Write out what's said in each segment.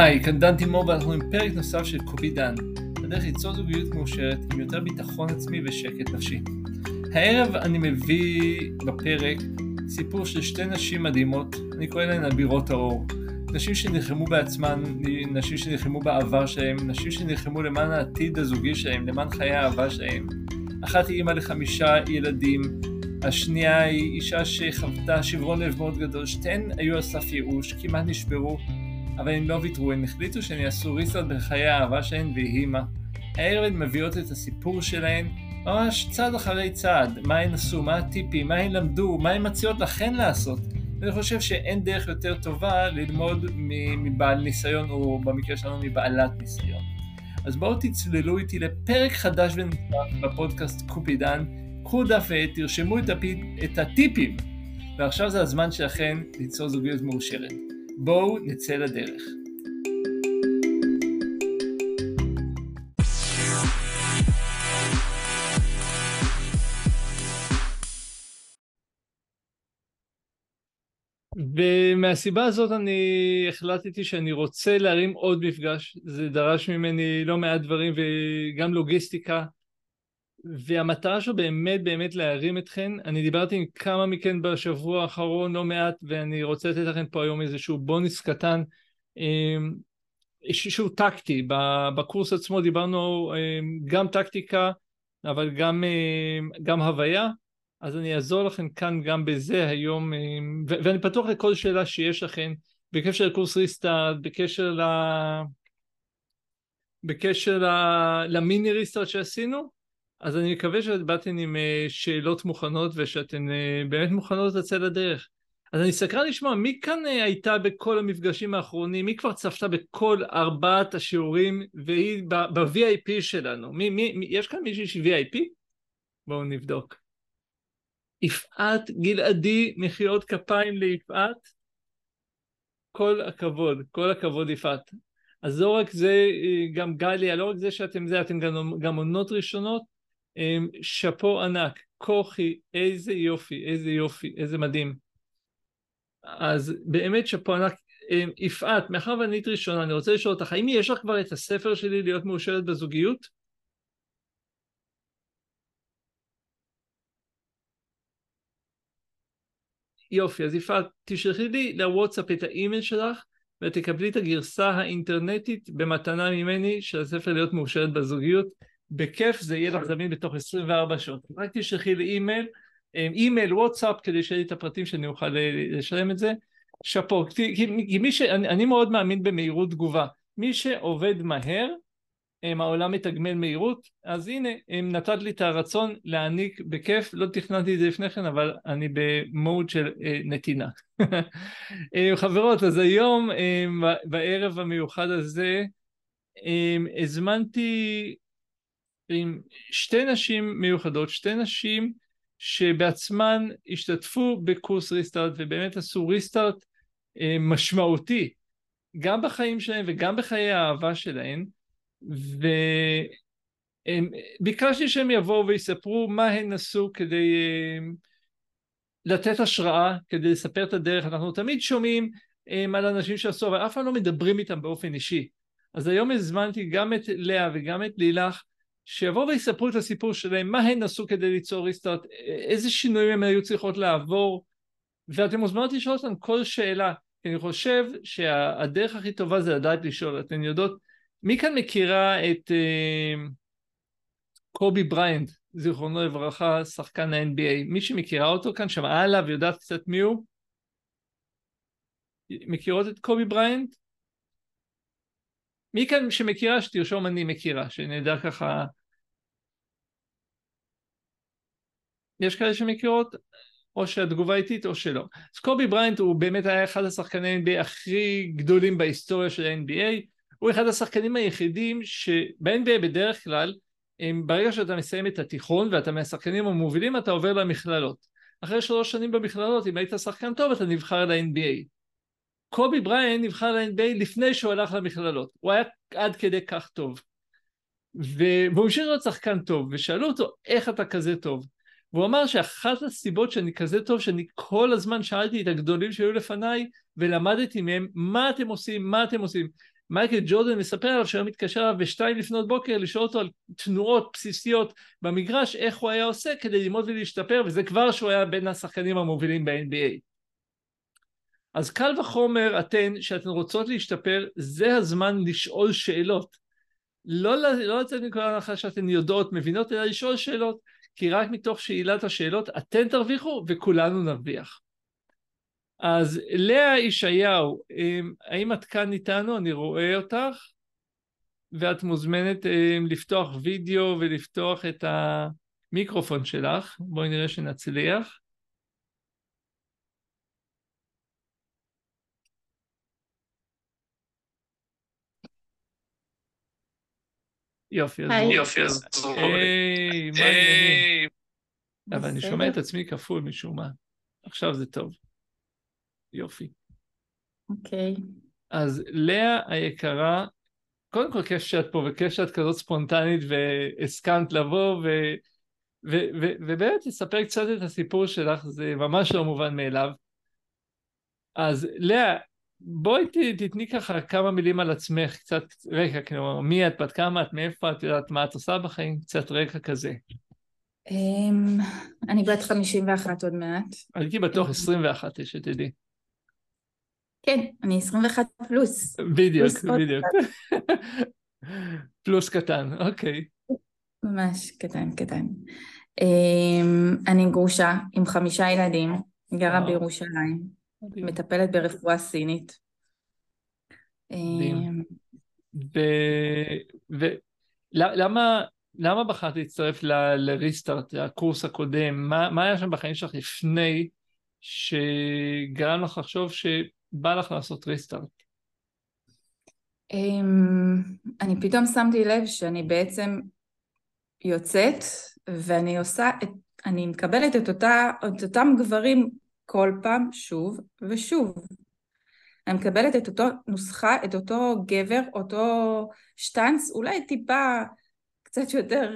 היי, כאן דן תימור ואנחנו עם פרק נוסף של קובי דן, הדרך ליצור זוגיות מאושרת עם יותר ביטחון עצמי ושקט נפשי. הערב אני מביא בפרק סיפור של שתי נשים מדהימות, אני קורא להן אבירות האור. נשים שנלחמו בעצמן, נשים שנלחמו בעבר שלהם, נשים שנלחמו למען העתיד הזוגי שלהם, למען חיי האהבה שלהם. אחת היא אימא ל5 ילדים, השנייה היא אישה שחוותה שברון לב מאוד גדול, שתיהן היו על סף ייאוש, כמעט נשברו, אבל הם לא ויתרו, הם החליטו שהן יעשו ריסטארט בחיי האהבה שלהן והיא מה. הערב הן מביאות את הסיפור שלהן, ממש צעד אחרי צעד, מה הן עשו, מה הטיפים, מה הן למדו, מה הן מציעות לכן לעשות. ואני חושב שאין דרך יותר טובה ללמוד מבעל ניסיון, או במקרה שלנו מבעלת ניסיון. אז בואו תצללו איתי לפרק חדש ונוסף בפודקאסט קובי דן, קחו דף ועט, תרשמו את הטיפים, ועכשיו זה הזמן שלכם ליצור זוגיות מאושרת. בואו נצא לדרך. ומהסיבה הזאת אני החלטתי שאני רוצה להרים עוד מפגש. זה דרש ממני לא מעט דברים וגם לוגיסטיקה, והמטרה שלו באמת להרים אתכן. אני דיברתי עם כמה מכן בשבוע האחרון לא מעט, ואני רוצה לתת לכם פה היום איזשהו בונוס קטן, איזשהו טקטי. בקורס עצמו דיברנו גם טקטיקה אבל גם הוויה, אז אני אעזור לכם כאן גם בזה היום, ואני פתוח לכל שאלה שיש לכם בקשר לקורס ריסטארט, בקשר למיני ריסטארט שעשינו. אז אני מקווה שאת באתן עם שאלות מוכנות ושאתן באמת מוכנות לצאת לדרך. אז אני סקרן לשמוע מי כאן הייתה בכל המפגשים האחרונים, מי כבר צפתה בכל 4 השיעורים והיא ב-VIP שלנו. יש כאן מישהי ש-VIP? בואו נבדוק. יפעת גלעדי, מחיאות כפיים ליפעת. כל הכבוד יפעת. אז לא רק זה, גם גליה, לא רק זה שאתם גם עונות ראשונות, שפו ענק, כוחי, איזה יופי, איזה מדהים. אז באמת שפו ענק. יפעת, מאחר ואנית ראשונה, אני רוצה לשאול אותך, האם יש לך כבר את הספר שלי להיות מאושרת בזוגיות? יופי, אז יפעת, תשלחי לי לוואטסאפ את האימייל שלך, ותקבלי את הגרסה האינטרנטית במתנה ממני של הספר להיות מאושרת בזוגיות. בכיף, זה יהיה לך זמין בתוך 24 שעות. רק תשלחי לי אימייל, וואטסאפ, כדי שיהיה לי את הפרטים שאני אוכל לשלם את זה. שפו, כי אני מאוד מאמין במהירות תגובה. מי שעובד מהר, העולם מתגמל מהירות, אז הנה, נתת לי את הרצון להעניק בכיף, לא תכננתי את זה לפני כן, אבל אני במוד של נתינה. חברות, אז היום, בערב המיוחד הזה, הזמנתי עם 2 נשים מיוחדות, 2 נשים שבעצמן השתתפו בקורס ריסטארט, ובאמת עשו ריסטארט משמעותי, גם בחיים שלהם וגם בחיי האהבה שלהם, וביקשתי שהם יבואו ויספרו מה הן עשו כדי לתת השראה, כדי לספר את הדרך. אנחנו תמיד שומעים על אנשים שעשו, אבל אף פעם לא מדברים איתם באופן אישי. אז היום הזמנתי גם את לאה וגם את לילך, שיבואו ויספרו את הסיפור שלהם, מה הן עשו כדי ליצור ריסטארט, איזה שינויים הם היו צריכות לעבור, ואתם מוזמנות לשאול אותם כל שאלה, כי אני חושב שהדרך הכי טובה זה לדעת לשאול. אתן יודעות, מי כאן מכירה את קובי בריינט, זיכרונו לברכה, שחקן ה-NBA? מי שמכירה אותו כאן, שמעה עליו, יודעת קצת מי הוא? מכירות את קובי בריינט? מי כאן שמכירה, שתרשום אני מכירה, שנדע ככה. יש כאלה שמכירות, או שהתגובה איטית או שלא. אז קובי בריינט הוא באמת היה אחד השחקני NBA הכי גדולים בהיסטוריה של ה-NBA, הוא אחד השחקנים היחידים שב-NBA בדרך כלל, ברגע שאתה מסיים את התיכון ואתה מהשחקנים המובילים, אתה עובר למכללות. אחרי 3 שנים במכללות, אם היית שחקן טוב, אתה נבחר ל-NBA. קובי בריינט נבחר ל-NBA לפני שהוא הלך למכללות. הוא היה עד כדי כך טוב. והוא המשיך להיות שחקן טוב, ושאלו אותו, איך אתה כזה טוב? והוא אמר שאחת הסיבות שאני כזה טוב, שאני כל הזמן שאלתי את הגדולים שהיו לפניי, ולמדתי מהם, מה אתם עושים? מייקל ג'ורדן מספר עליו שהוא מתקשר אליו בשתיים לפנות בוקר לשאול אותו על תנועות בסיסיות במגרש, איך הוא היה עושה כדי ללמוד ולהשתפר, וזה כבר שהוא היה בין השחקנים המובילים ב-NBA. אז קל וחומר שאתן רוצות להשתפר, זה הזמן לשאול שאלות. לא לצאת מכל ההנחה שאתן יודעות, מבינות, אלא לשאול שאלות, כי רק מתוך שאלת השאלות אתן תרוויחו וכולנו נרוויח. אז לאה ישעיהו, האם את כאן איתנו? אני רואה אותך, ואת מוזמנת לפתוח וידאו ולפתוח את המיקרופון שלך. בואי נראה שנצליח. יופי, אז היי, מה העניינים? אבל אני שומע את עצמי כפול משום מה. עכשיו זה טוב. יופי. אוקיי. אז לאה היקרה, קודם כל כיף שאת פה, וכיף שאת כזאת ספונטנית, והסכמת לבוא, ובאמת לספר קצת את הסיפור שלך, זה ממש לא מובן מאליו. אז לאה, בואי תתני ככה כמה מילים על עצמך, קצת רקע, כלומר, מי את, בת כמה את, מאיפה את, יודעת מה את עושה בחיים, קצת רקע כזה. אני בת 51 עוד מעט. הייתי בטוח 21, שתדעי. כן, אני 21 פלוס. בדיוק, בדיוק. פלוס קטן, אוקיי. ממש קטן. אני גרושה עם 5 ילדים, גרה בירושלים, מטפלת ברפואה סינית. למה בחרת להצטרף לריסטארט, הקורס הקודם? מה היה שם בחיים שלך לפני שגרם לך לחשוב שבא לך לעשות ריסטארט? אני פתאום שמתי לב שאני בעצם יוצאת ואני אני מקבלת את אותם גברים כל פעם שוב ושוב. אני מקבלת את אותו נוסחה, את אותו גבר, אותו שטנץ, אולי טיפה קצת יותר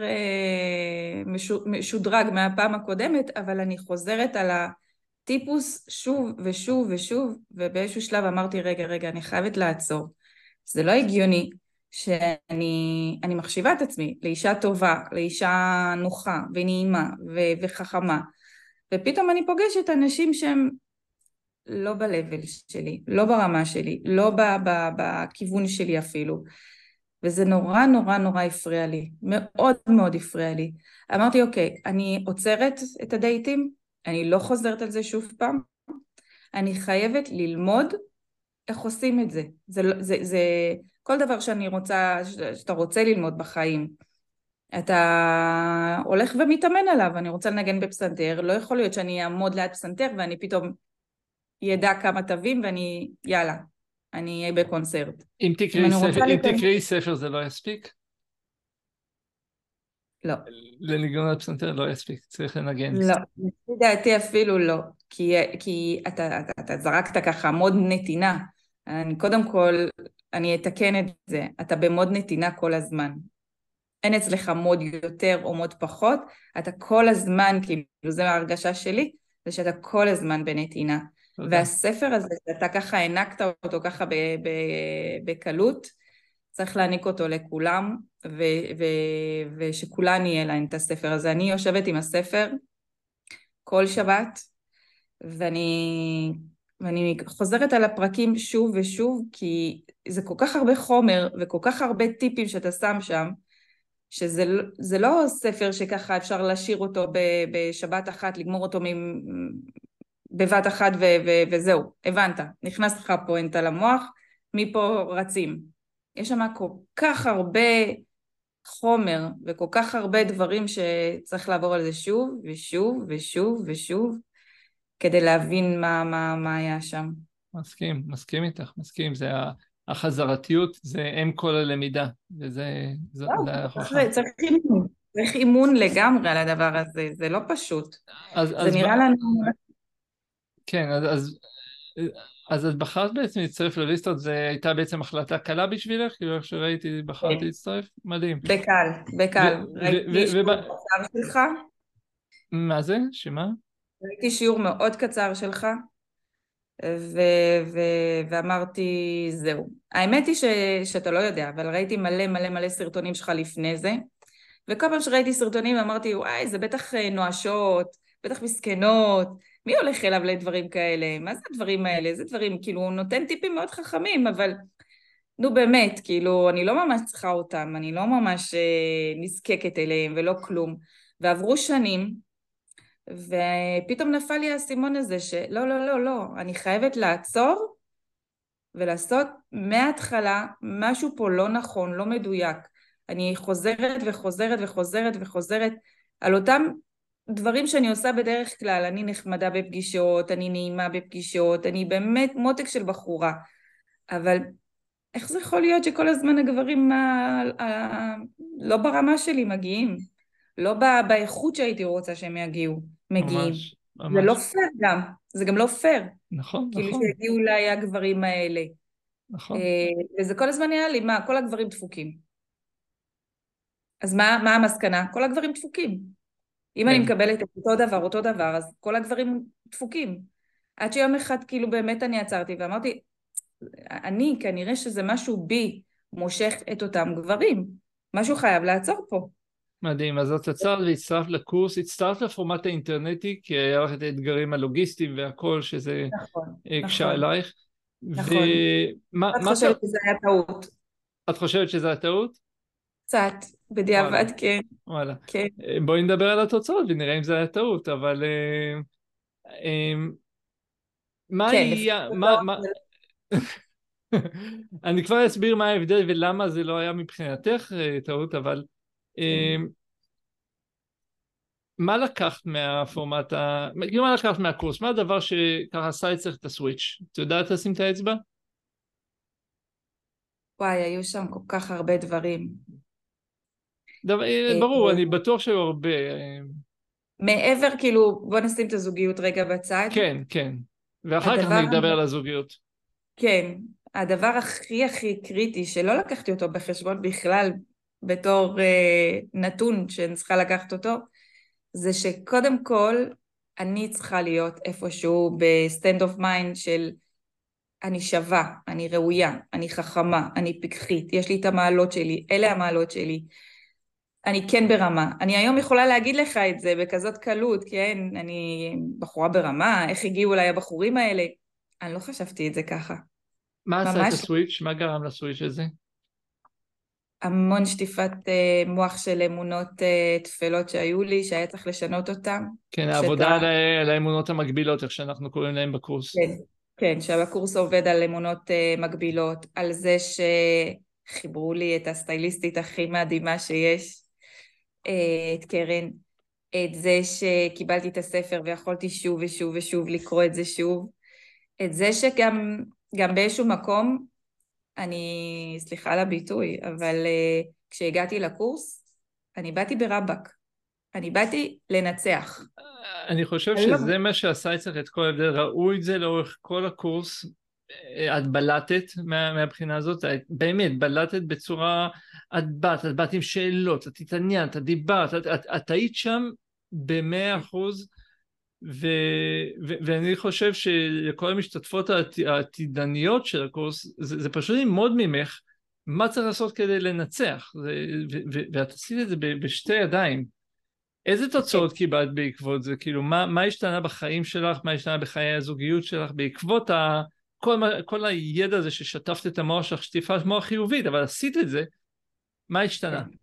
משודרג מהפעם הקודמת, אבל אני חוזרת על הטיפוס שוב ושוב ושוב, ובאיזשהו שלב אמרתי, רגע, אני חייבת לעצור. זה לא הגיוני שאני מחשיבה את עצמי לאישה טובה, לאישה נוחה ונעימה וחכמה, ופתאום אני פוגשת אנשים שהם לא בלבל שלי, לא ברמה שלי, לא בכיוון שלי אפילו. וזה נורא הפריע לי, מאוד הפריע לי. אמרתי, אוקיי, אני עוצרת את הדייטים, אני לא חוזרת על זה שוב פעם, אני חייבת ללמוד איך עושים את זה. זה כל דבר שאתה רוצה ללמוד בחיים, אתה הולך ומתאמן עליו. אני רוצה לנגן בפסנתר, לא יכול להיות שאני אעמוד ליד פסנתר ואני פתאום ידע כמה תווים ואני, יאללה, אני אהיה בקונצרט. אם תקראי ספר זה לא יספיק? לא. לניגון על פסנתר לא יספיק, צריך לנגן. לא, לדעתי אפילו לא, כי אתה זרקת ככה מוד נתינה. קודם כל, אני אתקן את זה, אתה במוד נתינה כל הזמן. אין אצלך מוד יותר או מוד פחות, אתה כל הזמן, כאילו זה ההרגשה שלי, זה שאתה כל הזמן בנתינה. והספר הזה, אתה ככה הענקת אותו ככה בקלות, צריך להעניק אותו לכולם, ושכולן יהיה להם את הספר הזה. אני יושבת עם הספר כל שבת, ואני חוזרת על הפרקים שוב ושוב, כי זה כל כך הרבה חומר, וכל כך הרבה טיפים שאתה שם שם, שזה לא ספר שככה אפשר להשאיר אותו בשבת אחת, לגמור אותו בבת אחת וזהו, הבנת, נכנס לך פואנט על המוח, מפה רצים. יש שם כל כך הרבה חומר וכל כך הרבה דברים שצריך לעבור על זה שוב ושוב ושוב ושוב כדי להבין מה היה שם. מסכים איתך, זה החזרתיות, זה אם כל הלמידה, וזה ההוכחה. צריך אימון לגמרי על הדבר הזה, זה לא פשוט. זה נראה לנו... כן, אז את בחרת בעצם להצטרף לריסטארט, זה הייתה בעצם החלטה קלה בשבילך? כאילו איך שראיתי, בחרתי להצטרף? מדהים. בקל. ראיתי שיעור קצר שלך. מה זה? שמה? ראיתי שיעור מאוד קצר שלך, ואמרתי, זהו. האמת היא שאתה לא יודע, אבל ראיתי מלא מלא מלא סרטונים שלך לפני זה, וכל פעם שראיתי סרטונים אמרתי, וואי, זה בטח נואשות, בטח מסכנות, מי הולך אליו לדברים כאלה? מה זה הדברים האלה? זה דברים, כאילו, הוא נותן טיפים מאוד חכמים, אבל נו באמת, כאילו, אני לא ממש צריכה אותם, אני לא ממש נזקקת אליהם ולא כלום. ועברו שנים, ופתאום נפל לי האסימון הזה שלא, לא, לא, לא, אני חייבת לעצור ולעשות מההתחלה משהו פה לא נכון, לא מדויק. אני חוזרת וחוזרת וחוזרת וחוזרת על אותם דברים שאני עושה בדרך כלל. אני נחמדה בפגישות, אני נעימה בפגישות, אני באמת מותק של בחורה. אבל איך זה יכול להיות שכל הזמן הגברים לא ברמה שלי מגיעים? לא באיכות שהייתי רוצה שהם יגיעו, מגיעים. ממש, זה לא ממש. פייר גם, זה גם לא פייר, נכון, כאילו נכון, שהגיעו אליי הגברים האלה. נכון. וזה כל הזמן היה לי, מה, כל הגברים דפוקים. אז מה המסקנה? כל הגברים דפוקים. אם אני כן. מקבלת את אותו דבר, אז כל הגברים דפוקים. עד שיום אחד כאילו באמת אני עצרתי ואמרתי, אני כנראה שזה משהו בי מושך את אותם גברים. משהו חייב לעצור פה. מדהים, אז את יצרת והצטרפת לקורס, הצטרפת לפורמט האינטרנטי, כי היה לך את האתגרים הלוגיסטיים והכל, שזה נכון, הקשה נכון, עלייך. נכון. ומה את מה חושבת שזה היה טעות? את חושבת שזה הטעות? קצת, וואלה, בדיעבד כן, וואלה. כן, בואי נדבר על התוצאות ונראה אם זה היה טעות, אבל אה, מה כן, לפי יהיה, התוצאות זה אני כבר אסביר מה ההבדל ולמה זה לא היה מבחינתך טעות, אבל כן. אה, מה לקחת מהפורמט, כאילו מה לקחת מהקורס? מה הדבר שככה עשה אצלך את הסוויץ'? את יודעת לשים את האצבע? וואי, היו שם כל כך הרבה דברים. אה, ברור, אני בטוח שהיו הרבה. מעבר, כאילו, בוא נשים את הזוגיות רגע בצד. כן, כן. ואחר כך הדבר, נדבר על הזוגיות. כן, הדבר הכי הכי קריטי שלא לקחתי אותו בחשבון בכלל בתור נתון שאני צריכה לקחת אותו, זה שקודם כל אני צריכה להיות איפשהו בסטנד אוף מיינד של אני שווה, אני ראויה, אני חכמה, אני פיקחית, יש לי את המעלות שלי, אלה המעלות שלי, אני כן ברמה. אני היום יכולה להגיד לך את זה בכזאת קלות, כן, אני בחורה ברמה, איך הגיעו אליי הבחורים האלה? אני לא חשבתי את זה ככה. מה עשה את ממש הסוויץ'? מה גרם לסוויץ' הזה? המון שטיפת מוח של אמונות תפלות שהיו לי, שהיה צריך לשנות אותם. כן, שאתה, העבודה על האמונות המקבילות, איך שאנחנו קוראים להם בקורס. כן, כן, שהקורס עובד על אמונות מקבילות, על זה שחיברו לי את הסטייליסטית הכי מדהימה שיש, את קרן, את זה שקיבלתי את הספר ויכולתי שוב ושוב ושוב לקרוא את זה שוב, את זה שגם באיזשהו מקום, אני, סליחה על הביטוי, אבל כשהגעתי לקורס, אני באתי ברבק, אני באתי לנצח. אני חושב אני לא... שזה מה שעשה אצלך את כל ההבדל, ראו את זה לאורך כל הקורס, את בלטת מהבחינה הזאת, את באמת בלטת בצורה, את באת עם שאלות, את התעניינת, את דיברת, את היית שם ב100%, ואני חושב שלכל המשתתפות העתידניות של הקורס, זה פשוט ללמוד ממך מה צריך לעשות כדי לנצח, ואת עשית את זה בשתי ידיים. איזה תוצאות קיבלת בעקבות זה? כאילו, מה השתנה בחיים שלך? מה השתנה בחיי הזוגיות שלך? בעקבות כל הידע הזה ששטפת את המוח שלך, שטיפת מוח חיובית, אבל עשית את זה, מה השתנה? כן.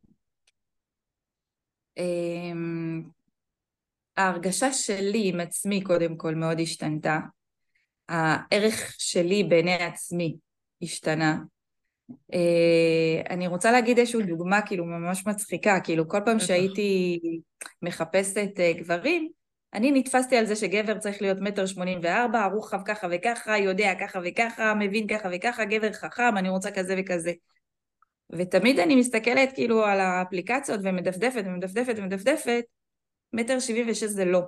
ההרגשה שלי עם עצמי קודם כל מאוד השתנתה. הערך שלי בעיני עצמי השתנה. אני רוצה להגיד איזושהי דוגמה כאילו ממש מצחיקה, כאילו כל פעם בטח. שהייתי מחפשת גברים, אני נתפסתי על זה שגבר צריך להיות 1.84 מטר, רוחב ככה וככה, יודע ככה וככה, מבין ככה וככה, גבר חכם, אני רוצה כזה וכזה. ותמיד אני מסתכלת כאילו על האפליקציות ומדפדפת ומדפדפת ומדפדפת, 1.76 מטר זה לא.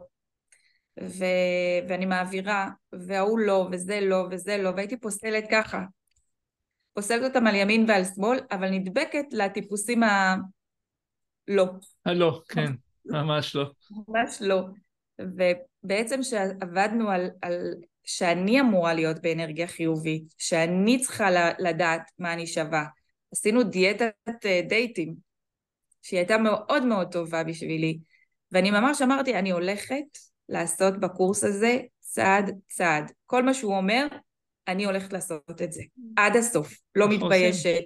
ואני מעבירה, והוא לא, וזה לא, וזה לא, והייתי פוסלת ככה. פוסלת אותם על ימין ועל שמאל, אבל נדבקת לטיפוסים לא. לא, כן, ממש לא. ממש לא. ובעצם שעבדנו על שאני אמורה להיות באנרגיה חיובית, שאני צריכה לדעת מה אני שווה. עשינו דיאטת דייטים, שהיא הייתה מאוד מאוד טובה בשבילי, ואני ממש אמרתי, אני הולכת לעשות בקורס הזה צעד צעד. כל מה שהוא אומר, אני הולכת לעשות את זה. עד הסוף. לא מתביישת.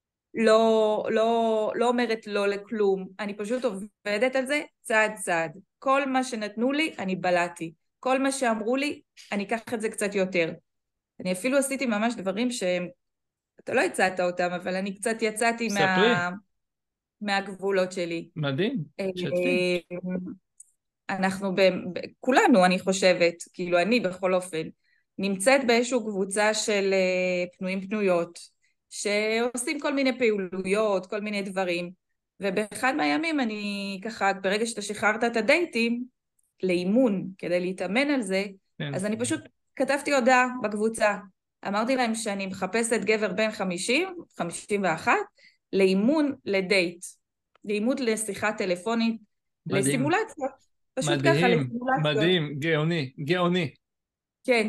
לא אומרת לא לכלום. אני פשוט עובדת על זה צעד צעד. כל מה שנתנו לי, אני בלעתי. כל מה שאמרו לי, אני אקח את זה קצת יותר. אני אפילו עשיתי ממש דברים שהם, אתה לא הצעת אותם, אבל אני קצת יצאתי מהגבולות שלי. מדהים, שתפי. אנחנו, כולנו אני חושבת, כאילו אני בכל אופן, נמצאת באיזושהי קבוצה של פנויים פנויות, שעושים כל מיני פעילויות, כל מיני דברים, ובאחד מהימים אני ככה, ברגע שאתה שחררת את הדייטים, לאימון, כדי להתאמן על זה, כן. אז אני פשוט כתבתי הודעה בקבוצה, אמרתי להם שאני מחפשת גבר בין 50, 51, לאימון לדייט, לאימון לשיחה טלפונית, מדהים. לסימולציה. פשוט מדהים, ככה לסימולציות. מדהים, גאוני, גאוני. כן.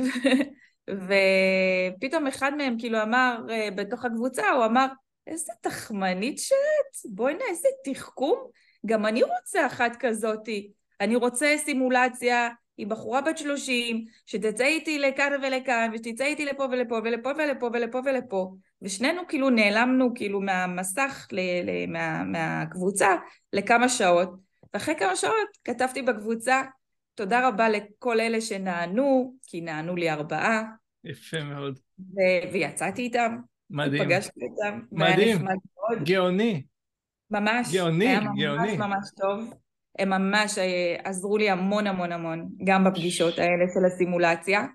ופתאום אחד מהם כאילו אמר, בתוך הקבוצה, הוא אמר, איזה תחמנית שאת, בואי נה, איזה תחכום, גם אני רוצה אחת כזאתי, אני רוצה סימולציה עם בחורה בת 30, שתצא איתי לכאן ולכאן, ושתצא איתי לפה ולפה ולפה ולפה ולפה ולפה, ושנינו כאילו נעלמנו כאילו מהמסך, מהקבוצה, לכמה שעות, ואחרי כמה שעות כתבתי בקבוצה, תודה רבה לכל אלה שנענו, כי נענו לי 4. יפה מאוד. ויצאתי איתם. מדהים. פגשתי אותם. מדהים. גאוני. ממש. גאוני, היה גאוני. ממש טוב. הם ממש עזרו לי המון המון המון, גם בפגישות האלה של הסימולציה.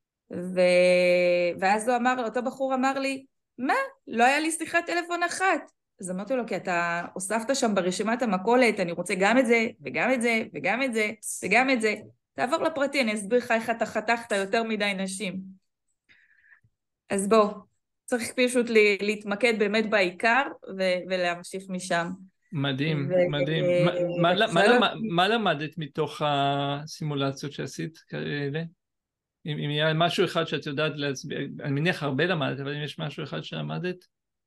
ואז אותו בחור אמר לי, מה? לא היה לי שיחת טלפון אחת. אז אמרתי לו, כי אתה הוספת שם ברשימת המכולת, אני רוצה גם את זה, וגם את זה, וגם את זה, וגם את זה. תעבור לפרטי, אני אסביר לך איך אתה חתכת יותר מדי נשים. אז בוא, צריך פשוט להתמקד באמת בעיקר, ולהמשיך משם. מדהים, מדהים. מה למדת מתוך הסימולציות שעשית כאלה? אם יהיה משהו אחד שאת יודעת להצביע, אני מניח הרבה למדת, אבל אם יש משהו אחד שלמדת?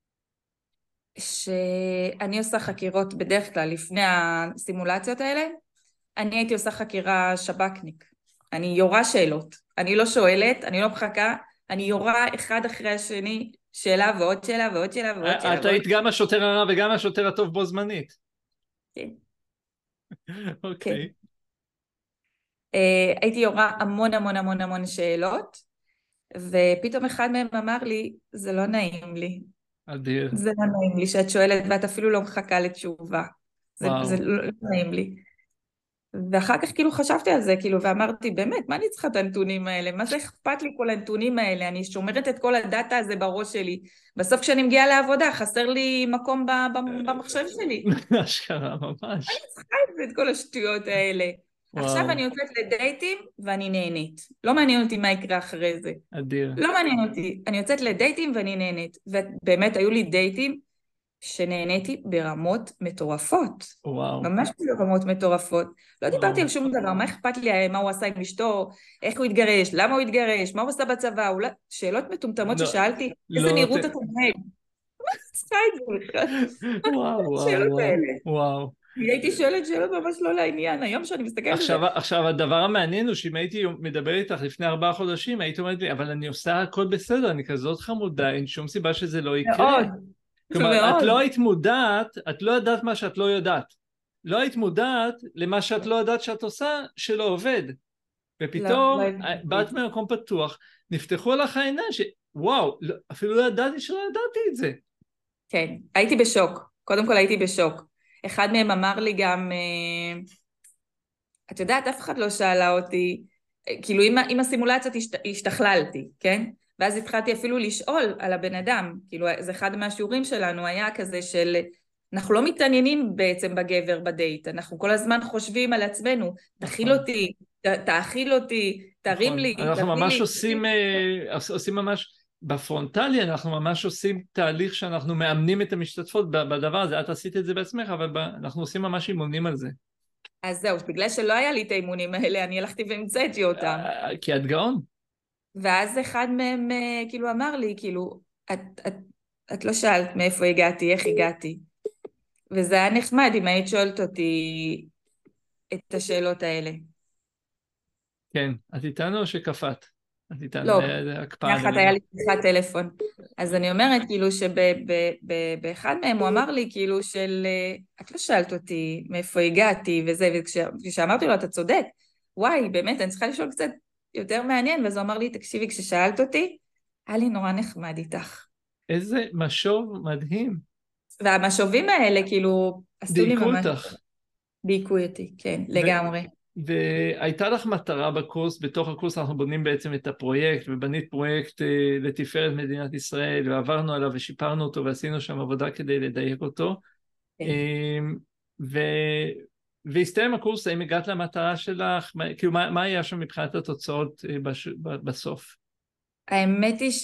שאני עושה חקירות בדרך כלל לפני הסימולציות האלה, אני הייתי עושה חקירה שב"כניק. אני יורה שאלות. אני לא שואלת, אני לא מחכה, אני יורה אחד אחרי השני, שאלה ועוד שאלה ועוד שאלה ועוד שאלה. את היית גם השוטר הרע וגם השוטר הטוב בו זמנית. כן. אוקיי. הייתי יורה המון המון המון המון שאלות, ופתאום אחד מהם אמר לי, זה לא נעים לי. אדיר. זה לא נעים לי שאת שואלת ואת אפילו לא מחכה לתשובה. זה לא נעים לי. ואחר כך כאילו חשבתי על זה, כאילו, ואמרתי, באמת, מה אני צריכה את הנתונים האלה? מה זה אכפת לי כל הנתונים האלה? אני שומרת את כל הדאטה הזה בראש שלי. בסוף כשאני מגיעה לעבודה, חסר לי מקום במחשב שלי. אשכרה, ממש. אני צריכה את כל השטויות האלה. עכשיו אני יוצאת לדייטים ואני נהנית. לא מעניין אותי מה יקרה אחרי זה. אדיר. לא מעניין אותי. אני יוצאת לדייטים ואני נהנית. ובאמת היו לי דייטים שנהניתי ברמות מטורפות. וואו. ממש ברמות מטורפות. לא דיברתי על שום דבר, מה אכפת לי, מה הוא עשה עם אשתו, איך הוא התגרש, למה הוא התגרש, מה הוא עשה בצבא, שאלות מטומטמות ששאלתי, איזה נראות אתה נהג. מה צריכה את זה בכלל? וואו, וואו. הייתי שואלת שאלות ממש לא לעניין, היום שאני מסתכלת על זה. עכשיו, הדבר המעניין הוא שאם הייתי מדבר איתך לפני 4 חודשים, היית אומרת לי, אבל אני עושה הכל בסדר, אני כזאת חמודה, אין שום סיבה שזה לא יקרה. כלומר, את לא היית מודעת, את לא יודעת מה שאת לא יודעת. לא היית מודעת למה שאת לא יודעת שאת עושה, שלא עובד. ופתאום, באת ממקום פתוח, נפתחו לך העיניים שוואו, אפילו לא ידעתי שלא ידעתי את זה. כן, הייתי בשוק. קודם כל הייתי בשוק. אחד מהם אמר לי גם, את יודעת, אף אחד לא שאלה אותי, כאילו עם הסימולציות השתכללתי, כן? ואז התחלתי אפילו לשאול על הבן אדם, כאילו זה אחד מהשיעורים שלנו היה כזה של, אנחנו לא מתעניינים בעצם בגבר בדייט, אנחנו כל הזמן חושבים על עצמנו, תאכיל אותי, תאכיל אותי, תרים לי, אנחנו ממש עושים ממש, בפרונטלי אנחנו ממש עושים תהליך שאנחנו מאמנים את המשתתפות בדבר הזה, את עשית את זה בעצמך, אבל אנחנו עושים ממש אימונים על זה. אז זהו, בגלל שלא היה לי את האימונים האלה, אני הלכתי והמצאתי אותם. כי את גאון. ואז אחד מהם כאילו אמר לי, כאילו, את, את, את לא שאלת מאיפה הגעתי, איך הגעתי. וזה היה נחמד אם היית שואלת אותי את השאלות האלה. כן, את איתנו או שקפאת? את איתנו, לא, זה הקפאה יחד היה לרגע. לי שיחת טלפון. אז אני אומרת, כאילו, שבאחד מהם הוא אמר לי, כאילו, את לא שאלת אותי מאיפה הגעתי וזה, וכשאמרתי לו, אתה צודק, וואי, באמת, אני צריכה לשאול קצת יותר מעניין, ואז הוא אמר לי, תקשיבי, כששאלת אותי, היה לי נורא נחמד איתך. איזה משוב מדהים. והמשובים האלה, כאילו, עשו לי דייקו ממש, אותך. דייקו אותי, כן, ו- לגמרי. והייתה לך מטרה בקורס, בתוך הקורס אנחנו בונים בעצם את הפרויקט, ובנית פרויקט לתפארת מדינת ישראל, ועברנו עליו ושיפרנו אותו, ועשינו שם עבודה כדי לדייק אותו. כן. ו... והסתיים הקורס, האם הגעת למטרה שלך? כאילו, מה היה שם מבחינת התוצאות בסוף? האמת היא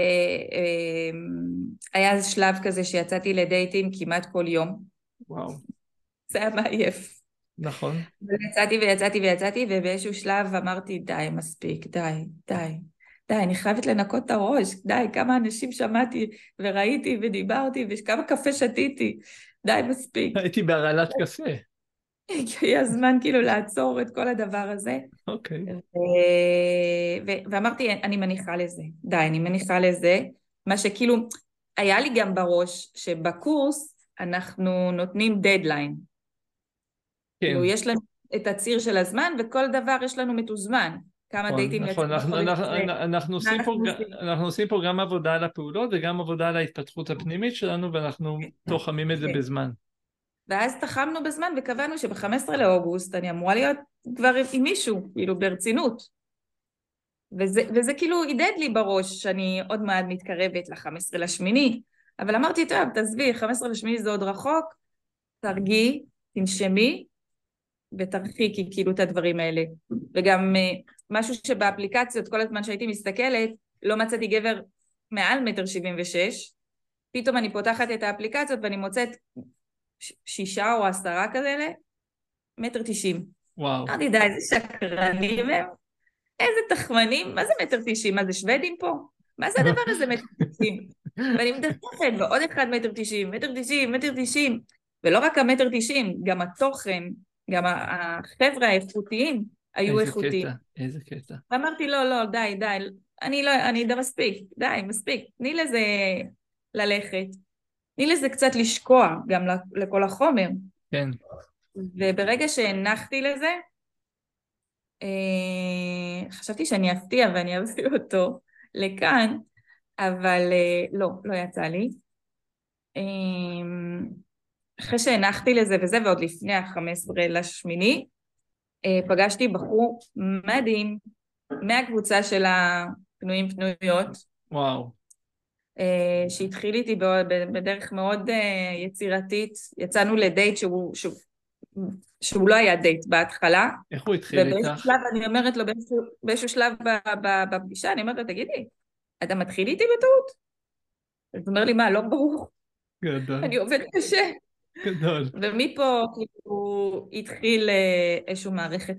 שהיה שלב כזה שיצאתי לדייטים כמעט כל יום. וואו, זה היה מעייף. נכון. ויצאתי ויצאתי ויצאתי, ובאיזשהו שלב אמרתי, די, מספיק, די, די. די, אני חייבת לנקות את הראש, די, כמה אנשים שמעתי וראיתי ודיברתי, וכמה קפה שתיתי, די, מספיק. הייתי בהרעלת קפה. הגיע הזמן כאילו לעצור את כל הדבר הזה. אוקיי. ואמרתי, אני מניחה לזה, די, אני מניחה לזה. מה שכאילו, היה לי גם בראש שבקורס אנחנו נותנים דדליין. כן. כאילו, יש לנו את הציר של הזמן, וכל דבר יש לנו מתוזמן. כמה נכון, דייטים נכון. יצאנו בחודש הזה, מה אנחנו עושים. אנחנו עושים פה גם עבודה על הפעולות וגם עבודה על ההתפתחות הפנימית שלנו, ואנחנו תוחמים את זה כן. בזמן. ואז תחמנו בזמן וקבענו שב-15 לאוגוסט אני אמורה להיות כבר עם מישהו, כאילו ברצינות. וזה כאילו הידד לי בראש שאני עוד מעט מתקרבת ל-15 לשמיני, אבל אמרתי, טוב, תעזבי, 15 לשמיני זה עוד רחוק, תרגיעי, תנשמי ותרחיקי כאילו את הדברים האלה. וגם משהו שבאפליקציות כל הזמן שהייתי מסתכלת, לא מצאתי גבר מעל 1.76 מטר, פתאום אני פותחת את האפליקציות ואני מוצאת 6 או 10 כאלה, 1.90 מטר. וואו. אמרתי, די, איזה שקרנים הם. איזה תחמנים, מה זה 1.90 מטר? מה זה שוודים פה? מה זה הדבר הזה 1.90 מטר? ואני מדרכת, ועוד אחד 1.90 מטר, 1.90 מטר, 1.90 מטר. ולא רק ה1.90 מטר, גם התוכן, גם החבר'ה האיכותיים היו איזה איכותיים. קטע, איזה קטע. ואמרתי, לא, לא, די, די, אני די מספיק, די, מספיק. תני לזה ללכת. תני לזה קצת לשקוע גם לכל החומר. כן. וברגע שהנחתי לזה, חשבתי שאני אפתיע ואני אביא אותו לכאן, אבל לא, לא יצא לי. אחרי שהנחתי לזה וזה, ועוד לפני ה-15 לשמיני, פגשתי בחור מדהים מהקבוצה של הפנויים פנויות. וואו. שהתחיל איתי בדרך מאוד יצירתית. יצאנו לדייט שהוא לא היה דייט בהתחלה. איך הוא התחיל איתך? ובאיזשהו שלב אני אומרת לו, באיזשהו שלב בפגישה, אני אומרת לו, תגידי, אתה מתחיל איתי בטעות? אז הוא אומר לי, מה, לא ברור. גדול. אני עובד קשה. גדול. ומפה כאילו התחיל איזושהי מערכת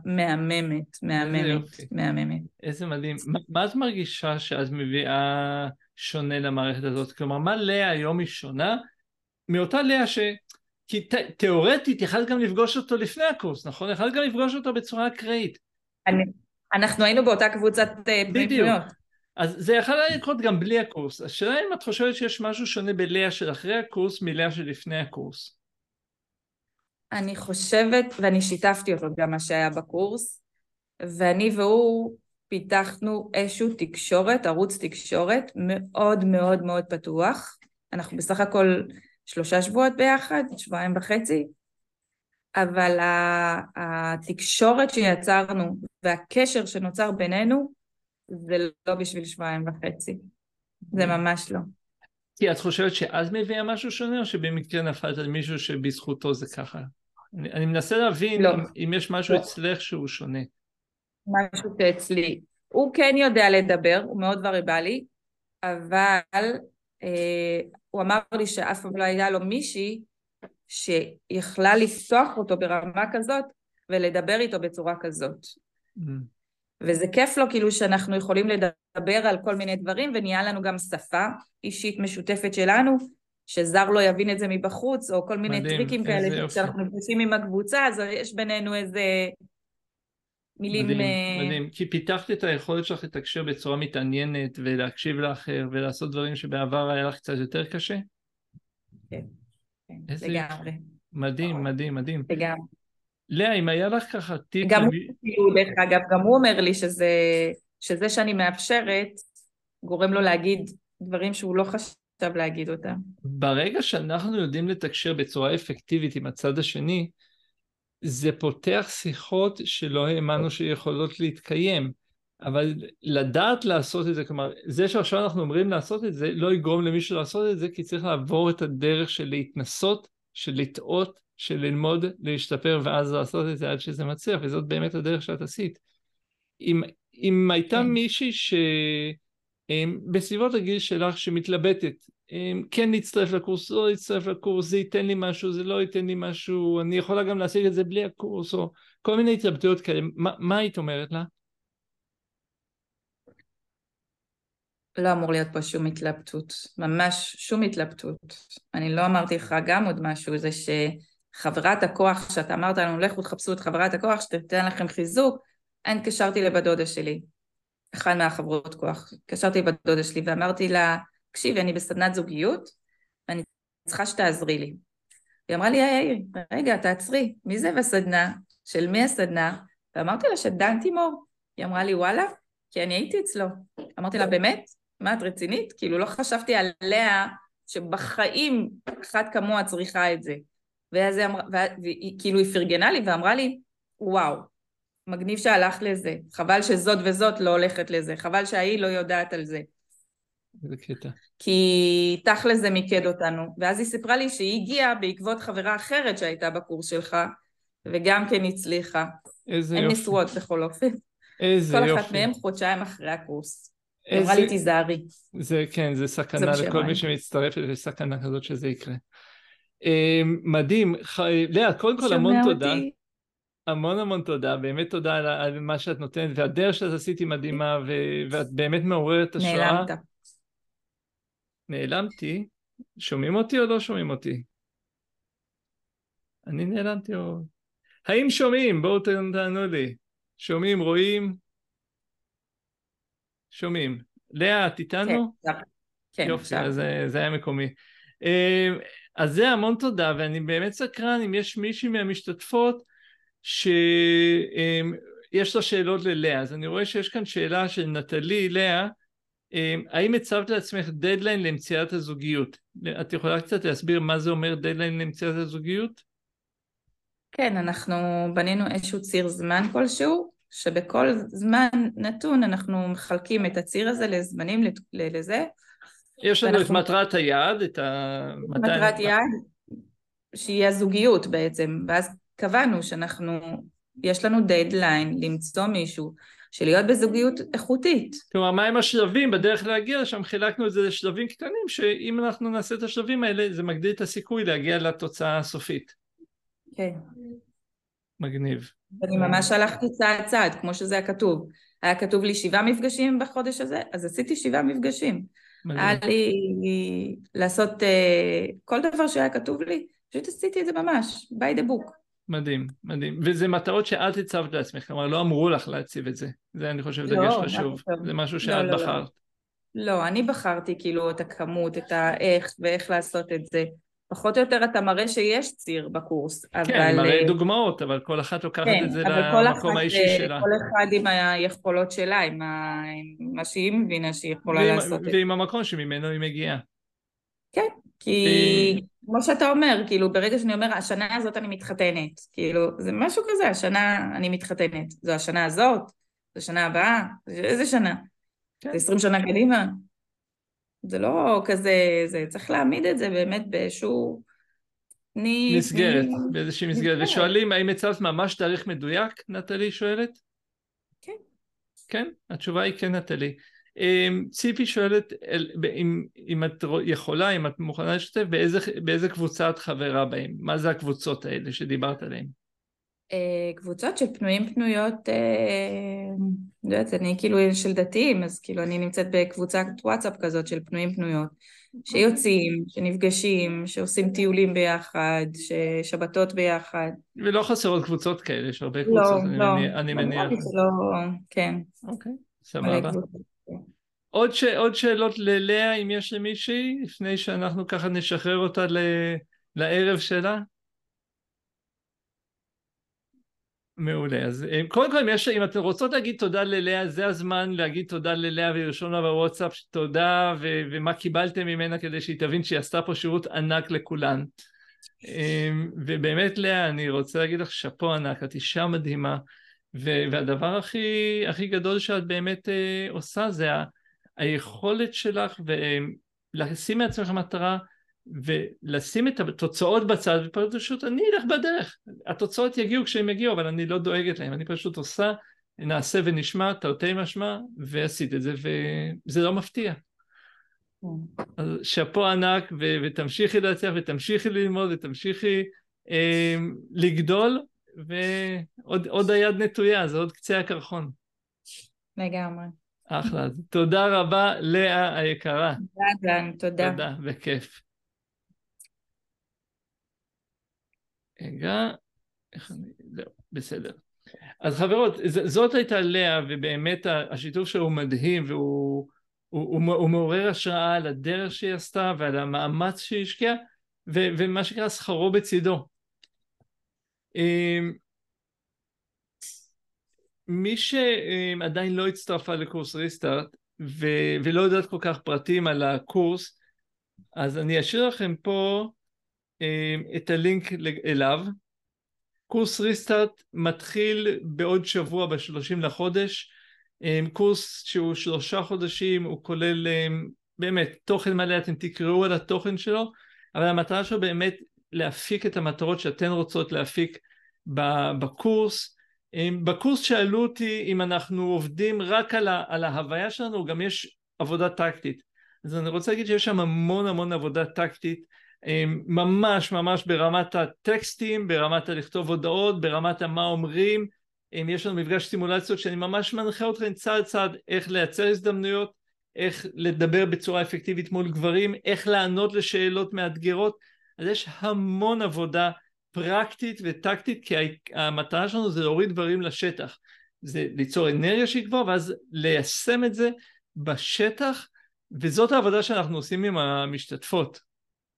מהממת. איזה מדהים. מה את מרגישה שאת מביאה שונה למערכת הזאת? כלומר, מה לאה היום היא שונה מאותה לאה כי תיאורטית יכולת גם לפגוש אותו לפני הקורס, נכון? יכולת גם לפגוש אותו בצורה אקראית. אנחנו היינו באותה קבוצת פנויים פנויות. אז זה יכול לקרות גם בלי הקורס. השאלה אם את חושבת שיש משהו שונה בלאה של אחרי הקורס מלאה של לפני הקורס. אני חושבת, ואני שיתפתי אותו גם מה שהיה בקורס, ואני והוא פיתחנו איזשהו תקשורת, ערוץ תקשורת מאוד מאוד מאוד פתוח. אנחנו בסך הכל 3 שבועות ביחד, 2.5 שבועות, אבל התקשורת שיצרנו והקשר שנוצר בינינו, זה לא בשביל 2.5 שבועות. זה ממש לא. כי את חושבת שאז מביאה משהו שונה, או שבמקרה נפלת על מישהו שבזכותו זה ככה? אני מנסה להבין לא. אם יש משהו אצלך שהוא שונה. משהו שאצלי. הוא כן יודע לדבר, הוא מאוד וריבלי, אבל הוא אמר לי שאף פעם לא היה לו מישהי שיכלה לפתוח אותו ברמה כזאת, ולדבר איתו בצורה כזאת. וזה כיף לו כאילו שאנחנו יכולים לדבר על כל מיני דברים, ונהיה לנו גם שפה אישית משותפת שלנו, שזר לא יבין את זה מבחוץ, או כל מיני מדהים, טריקים איזה כאלה, יופי. כשאנחנו נפגשים עם הקבוצה, אז יש בינינו איזה מילים... מדהים, מדהים, כי פיתחת את היכולת שלך לתקשר בצורה מתעניינת, ולהקשיב לאחר, ולעשות דברים שבעבר היה לך קצת יותר קשה? כן, כן, איזה לגמרי. מדהים, מדהים, מדהים. לגמרי. לאה, אם היה לך ככה טיפ גם הוא, כאילו, דרך אגב, גם הוא אומר לי שזה שאני מאפשרת, גורם לו להגיד דברים שהוא לא חשב להגיד אותם. ברגע שאנחנו יודעים לתקשר בצורה אפקטיבית עם הצד השני, זה פותח שיחות שלא האמנו שיכולות להתקיים. אבל לדעת לעשות את זה, כלומר, זה שעכשיו אנחנו אומרים לעשות את זה, לא יגרום למישהו לעשות את זה, כי צריך לעבור את הדרך של להתנסות, של לטעות, של ללמוד, להשתפר, ואז לעשות את זה עד שזה מצליח, וזאת באמת הדרך שאת עשית. אם הייתה כן. מישהי בסביבות הגיל שלך שמתלבטת, כן להצטרף לקורס, לא להצטרף לקורס, זה ייתן לי משהו, זה לא ייתן לי משהו, אני יכולה גם להשיג את זה בלי הקורס, או כל מיני התלבטויות כאלה, מה היית אומרת לה? לא אמור להיות פה שום התלבטות, ממש שום התלבטות. אני לא אמרתי לך גם עוד משהו, זה שחברת הכוח, שאתה אמרת לנו, לכו תחפשו את חברת הכוח, שתתן לכם חיזוק, אני התקשרתי לבת דודה שלי, אחד מהחברות כוח, התקשרתי לבת דודה שלי ואמרתי לה, תקשיבי, אני בסדנת זוגיות, ואני צריכה שתעזרי לי. היא אמרה לי, היי, רגע, תעצרי, מי זה בסדנה? של מי הסדנה? ואמרתי לה שדן תימור. היא אמרה לי, וואלה, כי אני הייתי אצלו. אמרתי לה, באמת? מה, את רצינית? כאילו לא חשבתי עליה שבחיים אחת כמוה צריכה את זה. והיא כאילו היא פרגנה לי ואמרה לי, וואו, מגניב שהלך לזה, חבל שזאת וזאת לא הולכת לזה, חבל שהיא לא יודעת על זה. זה קטע. כי תכל'ס זה מיקד אותנו. ואז היא סיפרה לי שהיא הגיעה בעקבות חברה אחרת שהייתה בקורס שלך, וגם כן הצליחה. איזה הן יופי. נשואות בכל אופן. איזה כל יופי. אחת מהן חודשיים אחרי הקורס. היא איזה... אמרה לי, תיזהרי. זה כן, זה סכנה לכל מי שמצטרף, זה סכנה כזאת שזה יקרה. מדהים. לאה, קודם כל המון תודה. המון המון תודה, באמת תודה על מה שאת נותנת, והדרך שאת עשיתי מדהימה, ואת באמת מעוררת השראה. נעלמת. נעלמתי? שומעים אותי או לא שומעים אותי? אני נעלמתי או... האם שומעים? בואו תענו לי. שומעים, רואים? שומעים. לאה, את איתנו? כן, יופי, אז זה היה מקומי. אז זה המון תודה, ואני באמת סקרן אם יש מישהי מהמשתתפות שיש לה שאלות ללאה. אז אני רואה שיש כאן שאלה של נטלי. לאה, האם הצבת לעצמך דדליין למציאת הזוגיות? את יכולה קצת להסביר מה זה אומר דדליין למציאת הזוגיות? כן, אנחנו בנינו איזשהו ציר זמן כלשהו, שבכל זמן נתון אנחנו מחלקים את הציר הזה לזמנים לזה. יש לנו את מטרת היעד, את מטרת יעד, שהיא הזוגיות בעצם, ואז קבענו יש לנו דדליין למצוא מישהו, שלהיות בזוגיות איכותית. כלומר, מהם השלבים בדרך להגיע לשם? חילקנו את זה לשלבים קטנים, שאם אנחנו נעשה את השלבים האלה, זה מגדיל את הסיכוי להגיע לתוצאה הסופית. כן. מגניב. אני ממש הלכתי צעד צעד, כמו שזה היה כתוב. היה כתוב לי 7 מפגשים בחודש הזה, אז עשיתי 7 מפגשים. היה לי לעשות כל דבר שהיה כתוב לי, פשוט עשיתי את זה ממש, by the book. מדהים, מדהים. וזה מטרות שאת הצבת לעצמך, כלומר לא אמרו לך להציב את זה. זה אני חושב דגש חשוב. זה משהו שאת בחרת. לא, אני בחרתי כאילו את הכמות, את האיך ואיך לעשות את זה. פחות או יותר אתה מראה שיש ציר בקורס, כן, מראה דוגמאות, אבל כל אחת לוקחת את זה למקום האישי שלה. כל אחד עם היכולות שלה, עם מה שהיא מבינה שהיא יכולה לעשות את זה. ועם המקום שממנו היא מגיעה. כן, כי כמו שאתה אומר, כאילו ברגע שאני אומר, השנה הזאת אני מתחתנת, כאילו זה משהו כזה, השנה אני מתחתנת, זו השנה הזאת, זו השנה הבאה, איזה שנה? זה 20 שנה קדימה. זה לא כזה, זה צריך להעמיד את זה באמת באיזשהו... מסגרת, באיזושהי מסגרת. ושואלים, האם הצבת ממש תאריך מדויק, נטלי שואלת? כן. כן? התשובה היא כן, נטלי. ציפי שואלת אם את יכולה, אם את מוכנה לשתף, באיזה קבוצה את חברה בהם? מה זה הקבוצות האלה שדיברת עליהן? קבוצות של פנויים פנויות, לא יודעת, אני כאילו של דתיים, אז כאילו אני נמצאת בקבוצת וואטסאפ כזאת של פנויים פנויות, שיוצאים, שנפגשים, שעושים טיולים ביחד, ששבתות ביחד. ולא חסרות קבוצות כאלה, יש הרבה לא, קבוצות, לא, אני לא נראה מניח. לי שלא, כן, אוקיי, מלא סבבה. קבוצות. עוד שאלות ללאה, אם יש למישהי, לפני שאנחנו ככה נשחרר אותה לערב שלה? מעולה. אז קודם כל, אם אתן רוצות להגיד תודה ללאה, זה הזמן להגיד תודה ללאה ולרשום לה בוואטסאפ תודה ומה קיבלתם ממנה, כדי שהיא תבין שהיא עשתה פה שירות ענק לכולן. ובאמת לאה, אני רוצה להגיד לך שאפו ענק, את אישה מדהימה, והדבר הכי גדול שאת באמת עושה זה היכולת שלך ולשים מעצמך מטרה ולשים את התוצאות בצד, ופשוט אני אלך בדרך. התוצאות יגיעו כשהם יגיעו, אבל אני לא דואגת להם, אני פשוט עושה, נעשה ונשמע, תרתי משמע, ועשית את זה, וזה לא מפתיע. אז שאפו ענק, ותמשיכי להצליח, ותמשיכי ללמוד, ותמשיכי לגדול, ועוד היד נטויה, זה עוד קצה הקרחון. לגמרי. אחלה, תודה רבה לאה היקרה. תודה דן, תודה. תודה, בכיף. רגע, זהו, בסדר. אז חברות, זאת הייתה לאה, ובאמת השיתוף שלו הוא מדהים, והוא מעורר השראה על הדרך שהיא עשתה, ועל המאמץ שהיא השקיעה, ומה שקרה שכרו בצידו. מי שעדיין לא הצטרפה לקורס ריסטארט, ולא יודעת כל כך פרטים על הקורס, אז אני אשאיר לכם פה את הלינק אליו. קורס ריסטארט מתחיל בעוד שבוע ב-30 לחודש, קורס שהוא 3 חודשים, הוא כולל באמת תוכן מלא, אתם תקראו על התוכן שלו, אבל המטרה שלו באמת להפיק את המטרות שאתן רוצות להפיק בקורס. בקורס שאלו אותי אם אנחנו עובדים רק על ההוויה שלנו, גם יש עבודה טקטית. אז אני רוצה להגיד שיש שם המון עבודה טקטית, ממש ברמת הטקסטים, ברמת לכתוב הודעות, ברמת מה אומרים. יש לנו מפגש סימולציות שאני ממש מנחה אתכם צעד צעד איך לייצר הזדמנויות, איך לדבר בצורה אפקטיבית מול גברים, איך לענות לשאלות מאתגרות. אז יש המון עבודה פרקטית וטקטית, כי המטרה שלנו זה להוריד דברים לשטח, זה ליצור אנרגיה שהיא גבוהה, ואז ליישם את זה בשטח, וזאת העבודה שאנחנו עושים עם המשתתפות.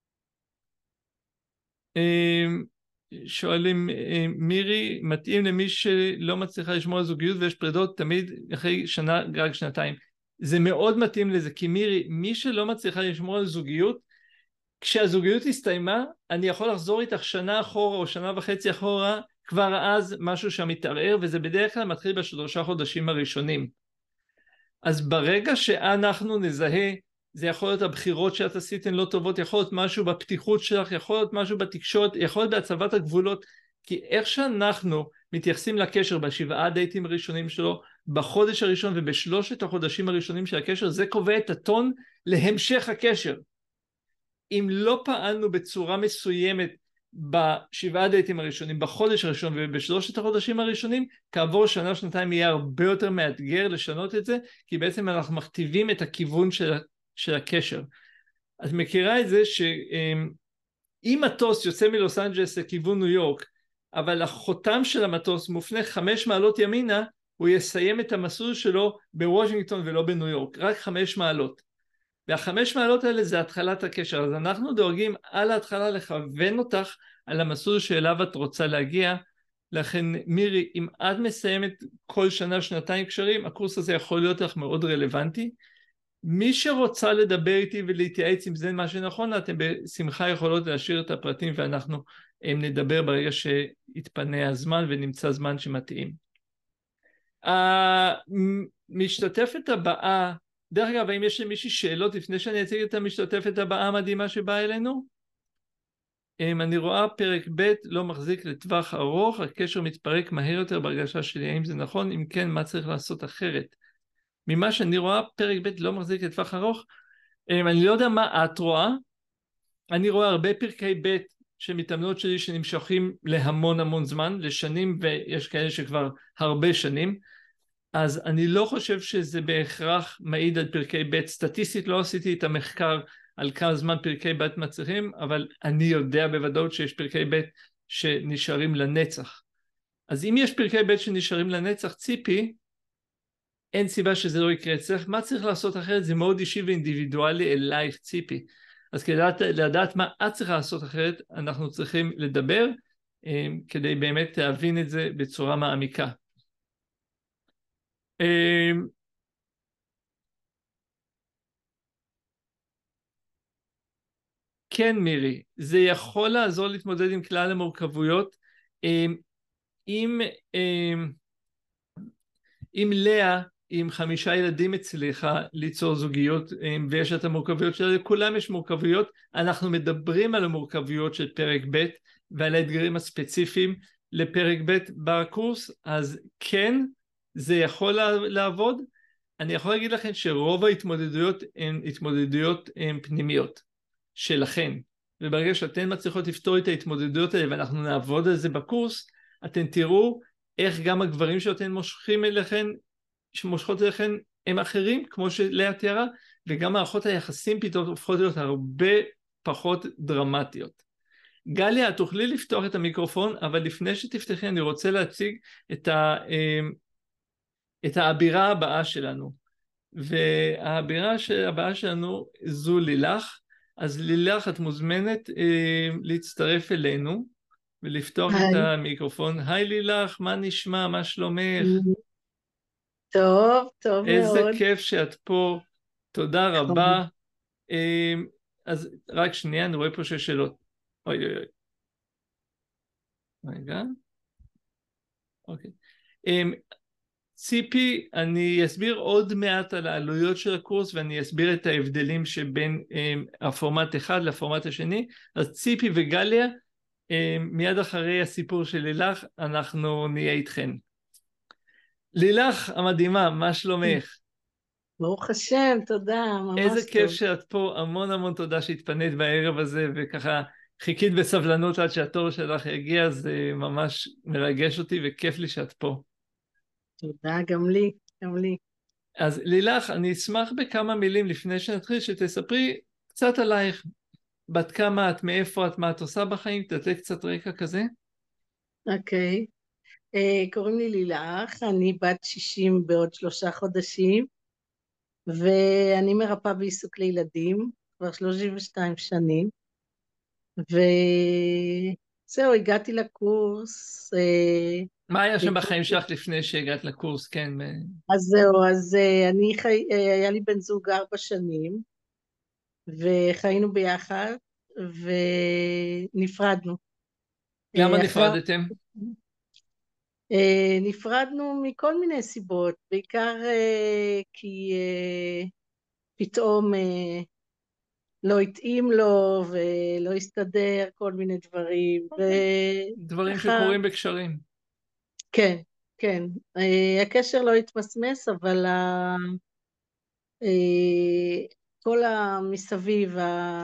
שואלים, מירי, מתאים למי שלא מצליחה לשמור על זוגיות ויש פרידות תמיד אחרי שנה, רק שנתיים? זה מאוד מתאים לזה, כי מירי, מי שלא מצליחה לשמור על זוגיות, כשהזוגיות הסתיימה, אני יכול לחזור איתך שנה אחורה או שנה וחצי אחורה, כבר אז משהו שם מתערער, וזה בדרך כלל מתחיל ב3 חודשים הראשונים. אז ברגע שאנחנו נזהה, זה יכול להיות הבחירות שאת עשיתן לא טובות, יכול להיות משהו בפתיחות שלך, יכול להיות משהו בתקשורת, יכול להיות בהצבת הגבולות, כי איך שאנחנו מתייחסים לקשר ב7 דייטים הראשונים שלו, בחודש הראשון וב3 החודשים הראשונים של הקשר, זה קובע את הטון להמשך הקשר. אם לא פעלנו בצורה מסוימת ב7 דייטים הראשונים, בחודש הראשון וב3 החודשים הראשונים, כעבור שנה שנתיים יהיה הרבה יותר מאתגר לשנות את זה, כי בעצם אנחנו מכתיבים את הכיוון של הקשר. את מכירה את זה שאם מטוס יוצא מלוס אנג'לס לכיוון ניו יורק, אבל החותם של המטוס מופנה 5 מעלות ימינה, הוא יסיים את המסלול שלו בוושינגטון ולא בניו יורק, רק 5 מעלות. וה5 מעלות האלה זה התחלת הקשר, אז אנחנו דואגים על ההתחלה לכוון אותך על המסלול שאליו את רוצה להגיע. לכן מירי, אם את מסיימת כל שנה, שנתיים קשרים, הקורס הזה יכול להיות לך מאוד רלוונטי. מי שרוצה לדבר איתי ולהתייעץ אם זה מה שנכון, אתם בשמחה יכולות להשאיר את הפרטים ואנחנו נדבר ברגע שיתפנה הזמן ונמצא זמן שמתאים. המשתתפת הבאה, דרך אגב, האם יש למישהי שאלות לפני שאני אציג את המשתתפת הבאה המדהימה שבאה אלינו? אני רואה פרק ב' לא מחזיק לטווח ארוך, הקשר מתפרק מהר יותר בהרגשה שלי, האם זה נכון? אם כן, מה צריך לעשות אחרת? ממה שאני רואה, פרק ב' לא מחזיק לטווח ארוך. אני לא יודע מה את רואה, אני רואה הרבה פרקי ב' שמתאמנות שלי שנמשכים להמון המון זמן, לשנים, ויש כאלה שכבר הרבה שנים, אז אני לא חושב שזה בהכרח מעיד על פרקי ב'. סטטיסטית לא עשיתי את המחקר על כמה זמן פרקי ב' מצליחים, אבל אני יודע בוודאות שיש פרקי ב' שנשארים לנצח. אז אם יש פרקי ב' שנשארים לנצח, ציפי, אין סיבה שזה לא יקרה אצלך. מה צריך לעשות אחרת? זה מאוד אישי ואינדיבידואלי אלייך, ציפי. אז כדי לדעת מה את צריכה לעשות אחרת, אנחנו צריכים לדבר כדי באמת להבין את זה בצורה מעמיקה. כן מירי, זה יכול לעזור להתמודד עם כלל המורכבויות. אם לאה עם 5 ילדים הצליחה ליצור זוגיות ויש את המורכבויות שלה, לכולם יש מורכבויות. אנחנו מדברים על המורכבויות של פרק ב' ועל האתגרים הספציפיים לפרק ב' בקורס, אז כן, זה יכול לעבוד. אני יכול להגיד לכם שרוב ההתמודדויות הן התמודדויות פנימיות שלכן, וברגע שאתן מצליחות לפתור את ההתמודדויות האלה ואנחנו נעבוד על זה בקורס, אתן תראו איך גם הגברים שאתן מושכים אליכן, שמושכות אליכן, הם אחרים, כמו שלאה תיארה, וגם מערכות היחסים פתאום הופכות להיות הרבה פחות דרמטיות. גליה, את תוכלי לפתוח את המיקרופון, אבל לפני שתפתחי אני רוצה להציג את האבירה הבאה שלנו. והאבירה הבאה שלנו זו לילך. אז לילך, את מוזמנת להצטרף אלינו ולפתוח את המיקרופון. היי לילך, מה נשמע? מה שלומך? טוב, טוב מאוד. איזה כיף שאת פה, תודה רבה. אז רק שנייה, אני רואה פה 6 שאלות. אוי אוי אוי. רגע. אוקיי. ציפי, אני אסביר עוד מעט על העלויות של הקורס ואני אסביר את ההבדלים שבין הפורמט אחד לפורמט השני. אז ציפי וגליה, מיד אחרי הסיפור של לילך אנחנו נהיה איתכן. לילך המדהימה, מה שלומך? ברוך השם, תודה, ממש טוב. איזה כיף שאת פה, המון המון תודה שהתפנית בערב הזה וככה חיכית בסבלנות עד שהתור שלך יגיע, זה ממש מרגש אותי וכיף לי שאת פה. תודה, גם לי, גם לי. אז לילך, אני אשמח בכמה מילים לפני שנתחיל שתספרי קצת עלייך, בת כמה את, מאיפה את, מה את עושה בחיים, תתן קצת רקע כזה. אוקיי, קוראים לי לילך, אני בת 60 בעוד 3 חודשים, ואני מרפאה בעיסוק לילדים, כבר 32 שנים, וזהו, הגעתי לקורס. מה היה שם בחיים שלך לפני שהגעת לקורס? כן. אז זהו, אז היה לי בן זוג 4 שנים, וחיינו ביחד, ונפרדנו. למה נפרדתם? נפרדנו מכל מיני סיבות, בעיקר כי פתאום לא התאים לו ולא הסתדר, כל מיני דברים. דברים שקורים בקשרים. כן, כן. הקשר לא התמסמס, אבל כל המסביב,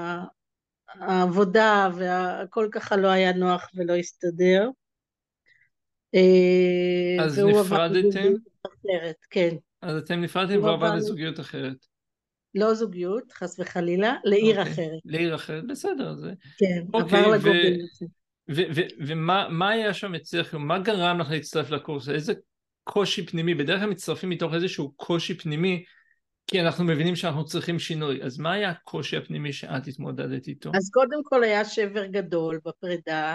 העבודה והכל ככה לא היה נוח ולא הסתדר. אז והוא נפרדתם? אחרת, כן. אז אתם נפרדתם והוא עבר לזוגיות אחרת. לא זוגיות, חס וחלילה, לעיר אחרת. לעיר אחרת, בסדר. כן, עבר לגובים. ומה היה שם אצלך? מה גרם לך להצטרף לקורס? איזה קושי פנימי? בדרך כלל מצטרפים מתוך איזשהו קושי פנימי, כי אנחנו מבינים שאנחנו צריכים שינוי. אז מה היה הקושי הפנימי שאת התמודדת איתו? אז קודם כל היה שבר גדול בפרידה,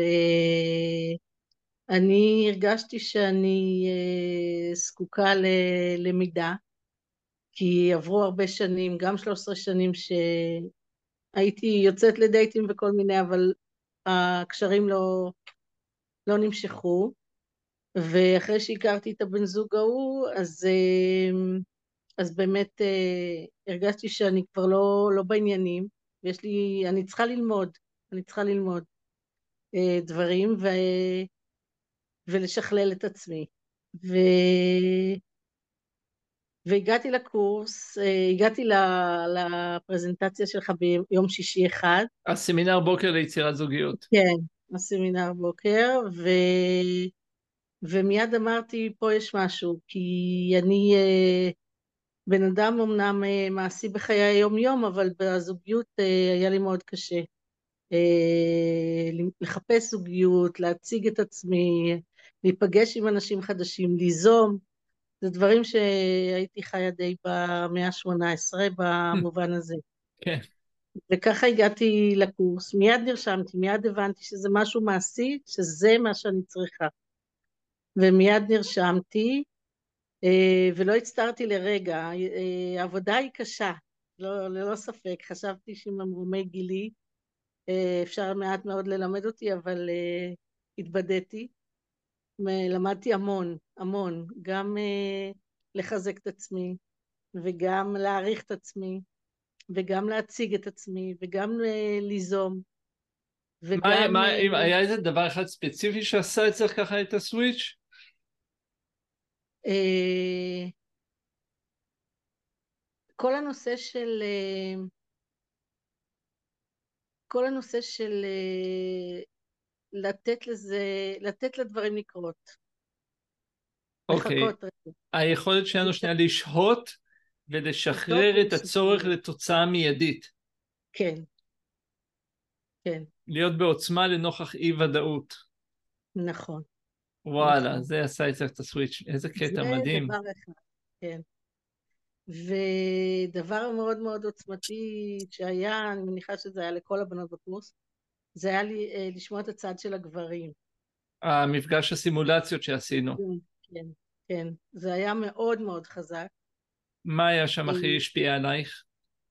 ואני הרגשתי שאני זקוקה ללמידה, כי עברו הרבה שנים, גם 13 שנים שהייתי יוצאת לדייטים וכל מיני, אבל הקשרים לא נמשכו, ואחרי שהכרתי את הבן זוג ההוא, אז באמת הרגשתי שאני כבר לא בעניינים, אני צריכה ללמוד דברים ולשכלל את עצמי. והגעתי לקורס, הגעתי לפרזנטציה שלך ביום שישי אחד. הסמינר בוקר ליצירת זוגיות. כן, הסמינר בוקר, ומיד אמרתי, פה יש משהו, כי אני בן אדם אמנם מעשי בחיי היום יום, אבל בזוגיות היה לי מאוד קשה. לחפש זוגיות, להציג את עצמי, להיפגש עם אנשים חדשים, ליזום, זה דברים שהייתי חיה די במאה ה-18 במובן הזה. כן. וככה הגעתי לקורס, מיד נרשמתי, מיד הבנתי שזה משהו מעשי, שזה מה שאני צריכה. ומיד נרשמתי, ולא הצטערתי לרגע, העבודה היא קשה, ללא ספק, חשבתי שעם ממרומי גילי אפשר מעט מאוד ללמד אותי, אבל התבדיתי, למדתי המון, המון, גם לחזק את עצמי, וגם להעריך את עצמי, וגם להציג את עצמי, וגם ליזום, וגם... אם היה איזה דבר אחד ספציפי שעשה אצלך ככה את הסוויץ'? כל הנושא של לתת לדברים לקרות. אוקיי. לחכות רגע. היכולת שלנו שנייה לשהות ולשחרר את הצורך לתוצאה מיידית. כן. כן. להיות בעוצמה לנוכח אי ודאות. נכון. וואלה, נכון. זה עשה אצלך את הסוויץ', איזה קטע מדהים. זה דבר אחד, כן. ודבר מאוד מאוד עוצמתי שהיה, אני מניחה שזה היה לכל הבנות בקורס, זה היה לי לשמוע את הצד של הגברים. המפגש הסימולציות שעשינו. כן, כן. זה היה מאוד מאוד חזק. מה היה שם הכי השפיע עלייך?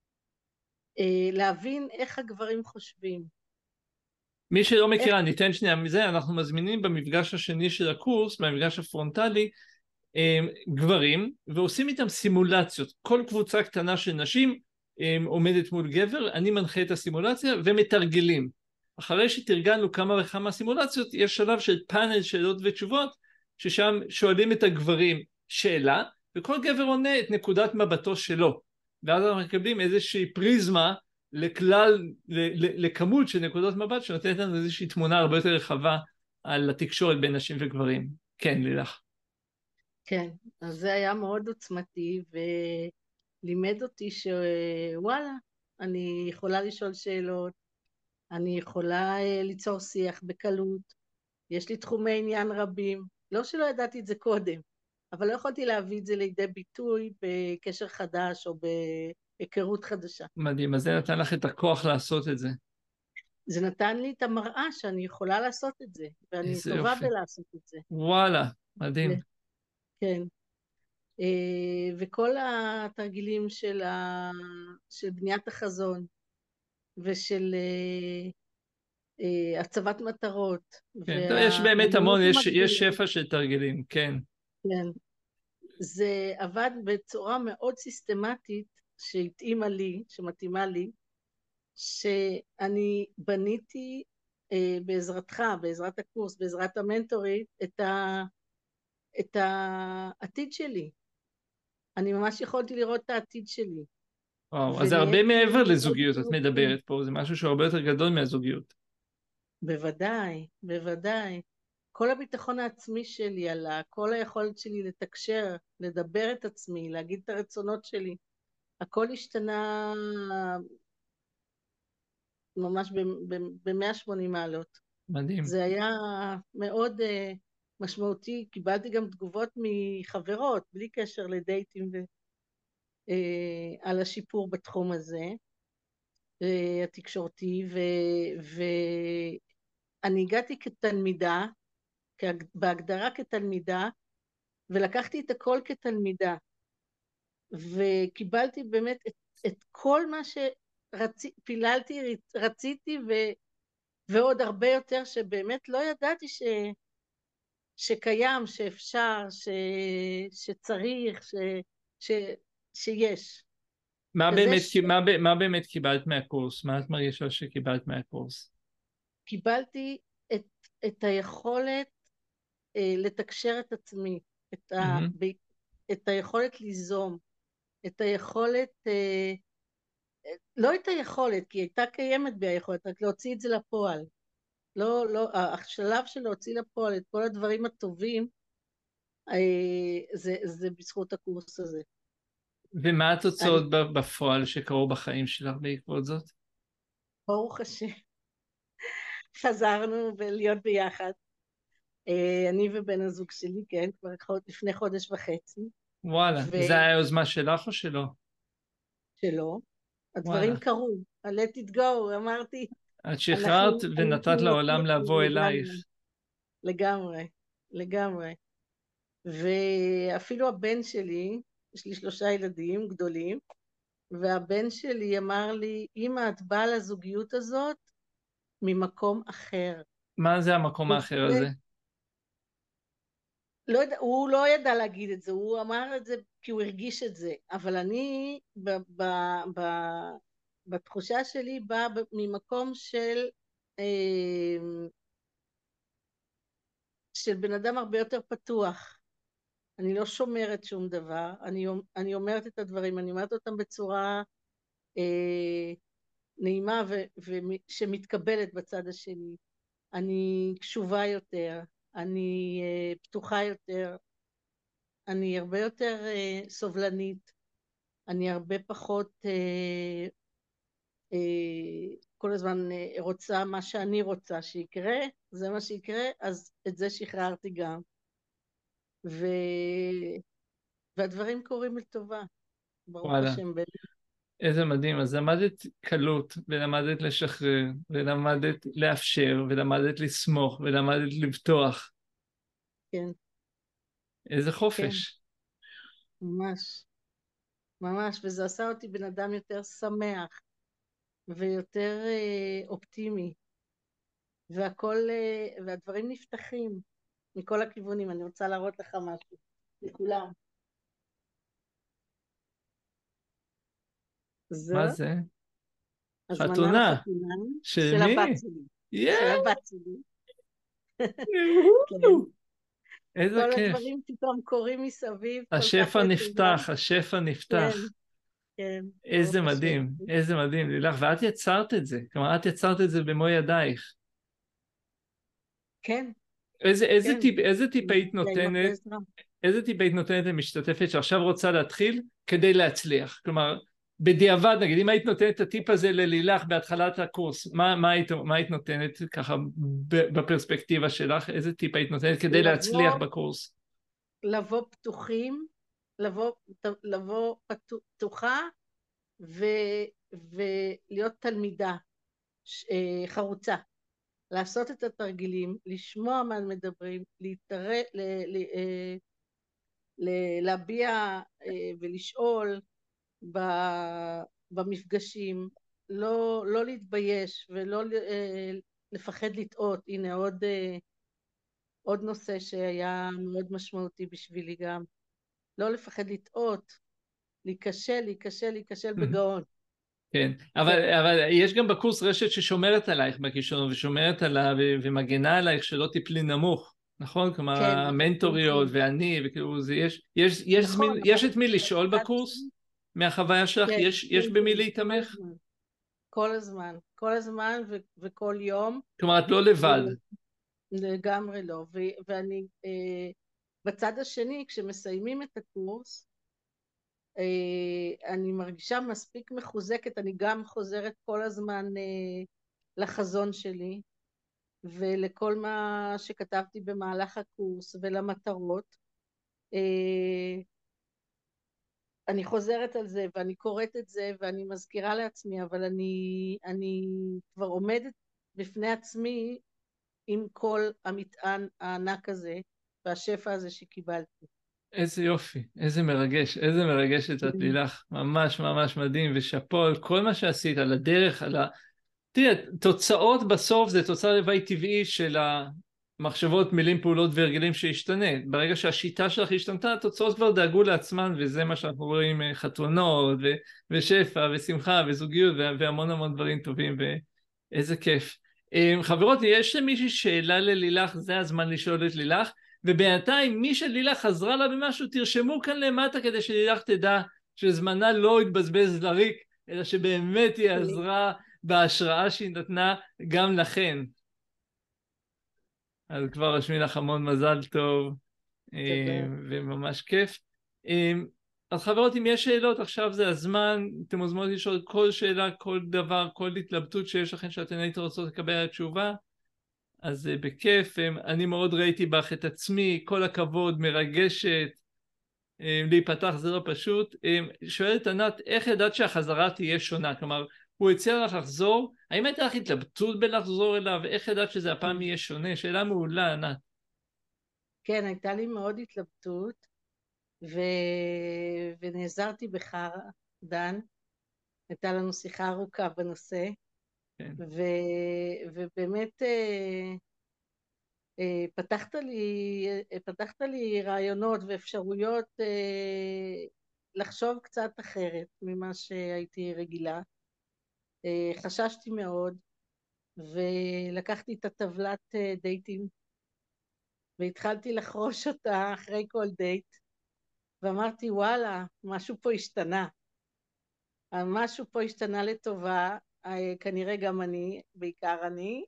להבין איך הגברים חושבים. מי שלא מכירה, ניתן שנייה מזה, אנחנו מזמינים במפגש השני של הקורס, במפגש הפרונטלי, גברים, ועושים איתם סימולציות. כל קבוצה קטנה של נשים עומדת מול גבר, אני מנחה את הסימולציה ומתרגלים. אחרי שתרגלנו כמה וכמה סימולציות, יש שלב של פאנל שאלות ותשובות, ששם שואלים את הגברים שאלה, וכל גבר עונה את נקודת מבטו שלו. ואז אנחנו מקבלים איזושהי פריזמה לכלל, לכמות של נקודות מבט, שנותנת לנו איזושהי תמונה הרבה יותר רחבה על התקשורת בין נשים וגברים. כן, לילך. כן, אז זה היה מאוד עוצמתי, ולימד אותי שוואלה, אני יכולה לשאול שאלות, אני יכולה ליצור שיח בקלות, יש לי תחומי עניין רבים, לא שלא ידעתי את זה קודם, אבל לא יכולתי להביא את זה לידי ביטוי בקשר חדש או בהיכרות חדשה. מדהים, אז זה נתן לך את הכוח לעשות את זה. זה נתן לי את המראה שאני יכולה לעשות את זה, ואני טובה בלעשות את זה. וואלה, מדהים. כן. וכל התרגילים של בניית החזון, ושל הצבת מטרות. כן, יש באמת המון, יש שפע של תרגילים, כן. כן. זה עבד בצורה מאוד סיסטמטית, שהתאימה לי, שמתאימה לי, שאני בניתי בעזרתך, בעזרת הקורס, בעזרת המנטורית, את העתיד שלי. אני ממש יכולתי לראות את העתיד שלי. וואו, אז זה הרבה מעבר לזוגיות, את מדברת פה, זה משהו שהוא הרבה יותר גדול מהזוגיות. בוודאי, בוודאי. כל הביטחון העצמי שלי עלה, כל היכולת שלי לתקשר, לדבר את עצמי, להגיד את הרצונות שלי, הכל השתנה ממש ב-180 מעלות. מדהים. זה היה מאוד משמעותי, קיבלתי גם תגובות מחברות, בלי קשר לדייטים על השיפור בתחום הזה, התקשורתי, ואני הגעתי כתלמידה, בהגדרה כתלמידה, ולקחתי את הכל כתלמידה, וקיבלתי באמת את כל מה שפיללתי, רציתי, ועוד הרבה יותר שבאמת לא ידעתי שקיים, שאפשר, שצריך, שיש. מה באמת קיבלת מהקורס? מה את מרגישה שקיבלת מהקורס? קיבלתי את היכולת לתקשר את עצמי, את היכולת ליזום, את היכולת, לא את היכולת, כי היא הייתה קיימת בי היכולת, רק להוציא את זה לפועל. לא, השלב של להוציא לפועל את כל הדברים הטובים, זה בזכות הקורס הזה. ומה התוצאות בפועל שקרו בחיים שלך בעקבות זאת? ברוך השם. חזרנו להיות ביחד. אני ובן הזוג שלי, כן, כבר לפני חודש וחצי. וואלה, זה היה יוזמה שלך או שלא? שלא. הדברים קרו, let it go, אמרתי. את שחררת ונתת לעולם לבוא אלייך. לגמרי, לגמרי. ואפילו הבן שלי, יש לי 3 ילדים גדולים, והבן שלי אמר לי, אמא, את באה לזוגיות הזאת ממקום אחר. מה זה המקום האחר הזה? לא יודע, הוא לא ידע להגיד את זה, הוא אמר את זה כי הוא הרגיש את זה, אבל אני בתחושה שלי באה ממקום של בן אדם הרבה יותר פתוח. אני לא שומרת שום דבר, אני אומרת את הדברים, אני אומרת אותם בצורה נעימה שמתקבלת בצד השני. אני קשובה יותר, אני פתוחה יותר, אני הרבה יותר סובלנית, אני הרבה פחות כל הזמן רוצה מה שאני רוצה שיקרה, זה מה שיקרה, אז את זה שחררתי גם. והדברים קורים לטובה, ברוך השם. איזה מדהים, אז למדת קלות, ולמדת לשחרר, ולמדת לאפשר, ולמדת לסמוך, ולמדת לבטוח. כן. איזה חופש. כן. ממש, ממש, וזה עשה אותי בן אדם יותר שמח, ויותר אופטימי, והדברים נפתחים מכל הכיוונים. אני רוצה להראות לך משהו, לכולם. מה זה? חתונה. של הבת שלי. של הבת שלי. איזה כיף. כל הדברים פתאום קוראים מסביב. השפע נפתח, השפע נפתח. כן. איזה מדהים, איזה מדהים, לילך. ואת יצרת את זה, כלומר, את יצרת את זה במו ידייך. כן. איזה טיפ היית נותנת? איזה טיפ היית נותנת למשתתפת שעכשיו רוצה להתחיל כדי להצליח? כלומר, בדיעבד, נגיד, אם היית נותנת את הטיפ הזה ללילך בהתחלת הקורס, מה היית נותנת ככה בפרספקטיבה שלך? איזה טיפ היית נותנת כדי להצליח בקורס? לבוא פתוחים, לבוא פתוחה ולהיות תלמידה חרוצה. לעשות את התרגילים, לשמוע מה מדברים, להביע ולשאול במפגשים, לא להתבייש ולא לפחד לטעות. הנה עוד נושא שהיה מאוד משמעותי בשבילי גם. לא לפחד לטעות, להיכשל בגאון. כן, אבל יש גם בקורס רשת ששומרת עלייך בכישרון, ושומרת עליו ומגנה עלייך שלא תיפלי נמוך, נכון? כלומר, המנטוריות ואני, וכאילו, יש את מי לשאול בקורס? מהחוויה שלך, יש במי להתאמך? כל הזמן וכל יום. כלומר, את לא לבד. לגמרי לא, ואני בצד השני, כשמסיימים את הקורס, אני מרגישה מספיק מחוזקת, אני גם חוזרת כל הזמן לחזון שלי, ולכל מה שכתבתי במהלך הקורס, ולמטרות. אני חוזרת על זה, ואני קוראת את זה, ואני מזכירה לעצמי, אבל אני כבר עומדת בפני עצמי, עם כל המטען הענק הזה, והשפע הזה שקיבלתי. איזה יופי, איזה מרגש, איזה מרגשת את לילך, ממש ממש מדהים, ושאפו על כל מה שעשית, על הדרך, תראה, תוצאות בסוף זה תוצאה לוואי טבעי של המחשבות, מילים, פעולות והרגלים שהשתנה. ברגע שהשיטה שלך השתנתה, התוצאות כבר דאגו לעצמן, וזה מה שאנחנו רואים, חתונות, ושפע, ושמחה, וזוגיות, והמון המון דברים טובים, ואיזה כיף. חברות, יש למישהי שאלה ללילך, זה הזמן לשאול את לילך, ובינתיים מי שלילך חזרה לה במשהו, תרשמו כאן למטה כדי שלילך תדע שזמנה לא התבזבז לריק, אלא שבאמת היא עזרה בהשראה שהיא נתנה גם לכן. אז כבר רשמי לך המון מזל טוב, וממש כיף. אז חברות, אם יש שאלות, עכשיו זה הזמן, אתם מוזמנות לשאול כל שאלה, כל דבר, כל התלבטות שיש לכם שאתן הייתם רוצות לקבל על התשובה, אז בכיף. אני מאוד ראיתי בך את עצמי, כל הכבוד, מרגשת, להיפתח זה לא פשוט. שואלת ענת, איך ידעת שהחזרה תהיה שונה? כלומר, הוא הציע לך לחזור, האם הייתה לך התלבטות בלחזור אליו, ואיך ידעת שזה הפעם יהיה שונה? שאלה מעולה, ענת. כן, הייתה לי מאוד התלבטות, ונעזרתי בך, דן. הייתה לנו שיחה ארוכה בנושא, כן. ובאמת פתחת לי רעיונות ואפשרויות לחשוב קצת אחרת ממה שהייתי רגילה. חששתי מאוד, ולקחתי את הטבלת דייטים, והתחלתי לחרוש אותה אחרי כל דייט, ואמרתי, וואלה, משהו פה השתנה. משהו פה השתנה לטובה, כנראה גם אני, בעיקר אני,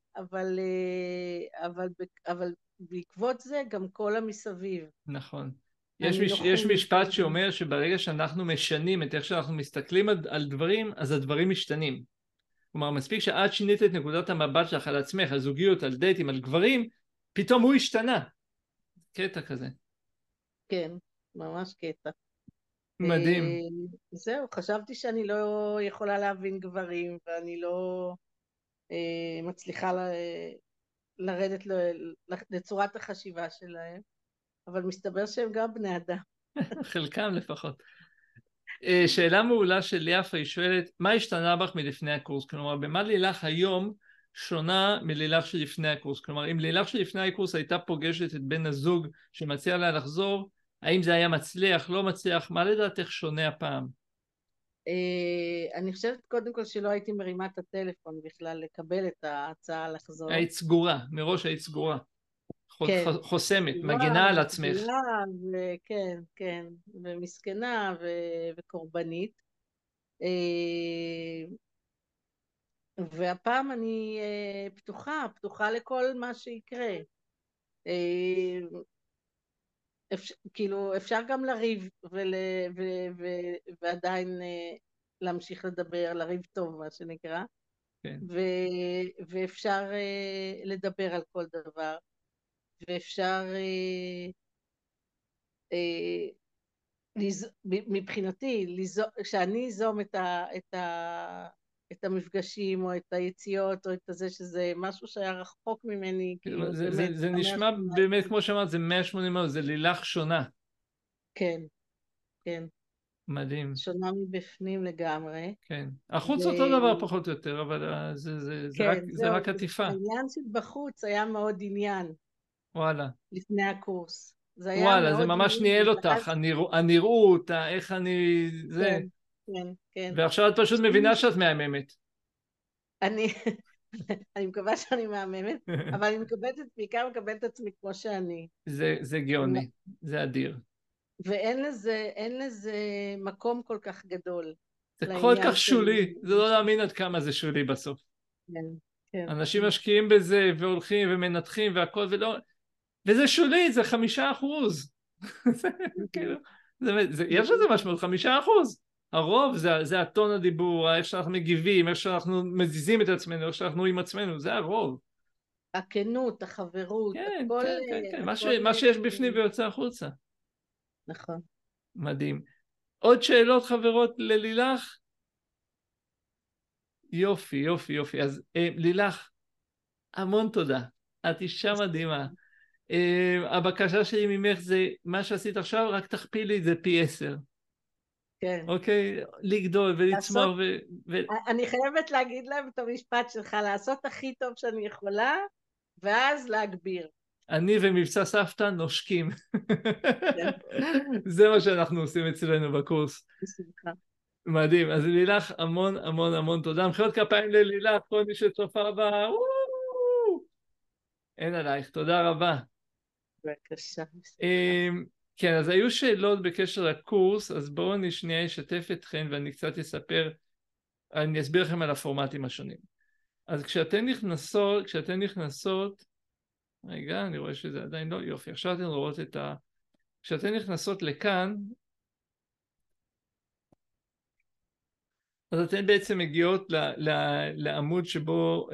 אבל בעקבות זה גם כל המסביב. נכון. יש משפט שאומר שברגע שאנחנו משנים את איך שאנחנו מסתכלים על דברים, אז הדברים משתנים. כלומר, מספיק שאת שינית את נקודת המבט שלך על עצמך, על זוגיות, על דייטים, על גברים, פתאום הוא השתנה. קטע כזה. כן, ממש קטע. מדהים. זהו, חשבתי שאני לא יכולה להבין גברים, ואני לא מצליחה לרדת לצורת החשיבה שלהם, אבל מסתבר שהם גם בני אדם. חלקם לפחות. שאלה מעולה של יפה, היא שואלת, מה השתנה בך מלפני הקורס? כלומר, במה לילך היום שונה מלילך שלפני הקורס? כלומר, אם לילך שלפני הקורס הייתה פוגשת את בן הזוג שמציע לה לחזור, האם זה היה מצליח, לא מצליח? מה לדעתך שונה הפעם? אני חושבת קודם כל שלא הייתי מרימה את הטלפון בכלל לקבל את ההצעה לחזור. היית סגורה, מראש היית סגורה. כן. חוסמת, מגינה על עצמך. כן, כן, ומסכנה וקורבנית. והפעם אני פתוחה לכל מה שיקרה. כאילו אפשר גם לריב ועדיין להמשיך לדבר, לריב טוב מה שנקרא, כן. ואפשר לדבר על כל דבר, ואפשר מבחינתי כשאני איזום את המפגשים או את היציאות או את זה, שזה משהו שהיה רחוק ממני, כאילו באמת. זה נשמע באמת כמו שאמרת, זה 180 מעלות, זה לילך שונה. כן, כן. מדהים. שונה מבפנים לגמרי. כן. החוץ אותו דבר פחות או יותר, אבל זה רק עטיפה. העניין של בחוץ היה מאוד עניין. וואלה. לפני הקורס. וואלה, זה ממש ניהל אותך, הנראות, איך אני... כן, כן, כן. ועכשיו את פשוט מבינה שאת מהממת. אני מקווה שאני מהממת, אבל אני בעיקר מקבלת את עצמי כמו שאני. זה גאוני, זה אדיר. ואין לזה מקום כל כך גדול. זה כל כך שולי, זה לא להאמין עד כמה זה שולי בסוף. כן, כן. אנשים משקיעים בזה והולכים ומנתחים והכל ולא... וזה שולי, זה 5%. יש לזה משמעות, 5%. הרוב זה הטון הדיבור, איך שאנחנו מגיבים, איך שאנחנו מזיזים את עצמנו, איך שאנחנו עם עצמנו, זה הרוב. הכנות, החברות, כן, הכל... כן, כן, מה שיש בפנים ויוצא החוצה. נכון. מדהים. עוד שאלות חברות ללילך? יופי, יופי, יופי. אז לילך, המון תודה. את אישה מדהימה. הבקשה שלי ממך זה, מה שעשית עכשיו, רק תכפילי את זה פי 10. כן. אוקיי? לגדול ולצמור אני חייבת להגיד להם את המשפט שלך, לעשות הכי טוב שאני יכולה, ואז להגביר. אני ומבצע סבתא נושקים. זה מה שאנחנו עושים אצלנו בקורס. בשמחה. מדהים. אז לילך, המון המון המון תודה. מחיאות כפיים ללילך, כל מי שצופה בה. אין עלייך, תודה רבה. בבקשה. כן, אז היו שאלות בקשר לקורס, אז בואו אני שנייה אשתף אתכם ואני קצת אספר, אני אסביר לכם על הפורמטים השונים. אז כשאתן נכנסות, רגע, אני רואה שזה עדיין לא, יופי, עכשיו אתן רואות כשאתן נכנסות לכאן, אז אתן בעצם מגיעות לעמוד שבו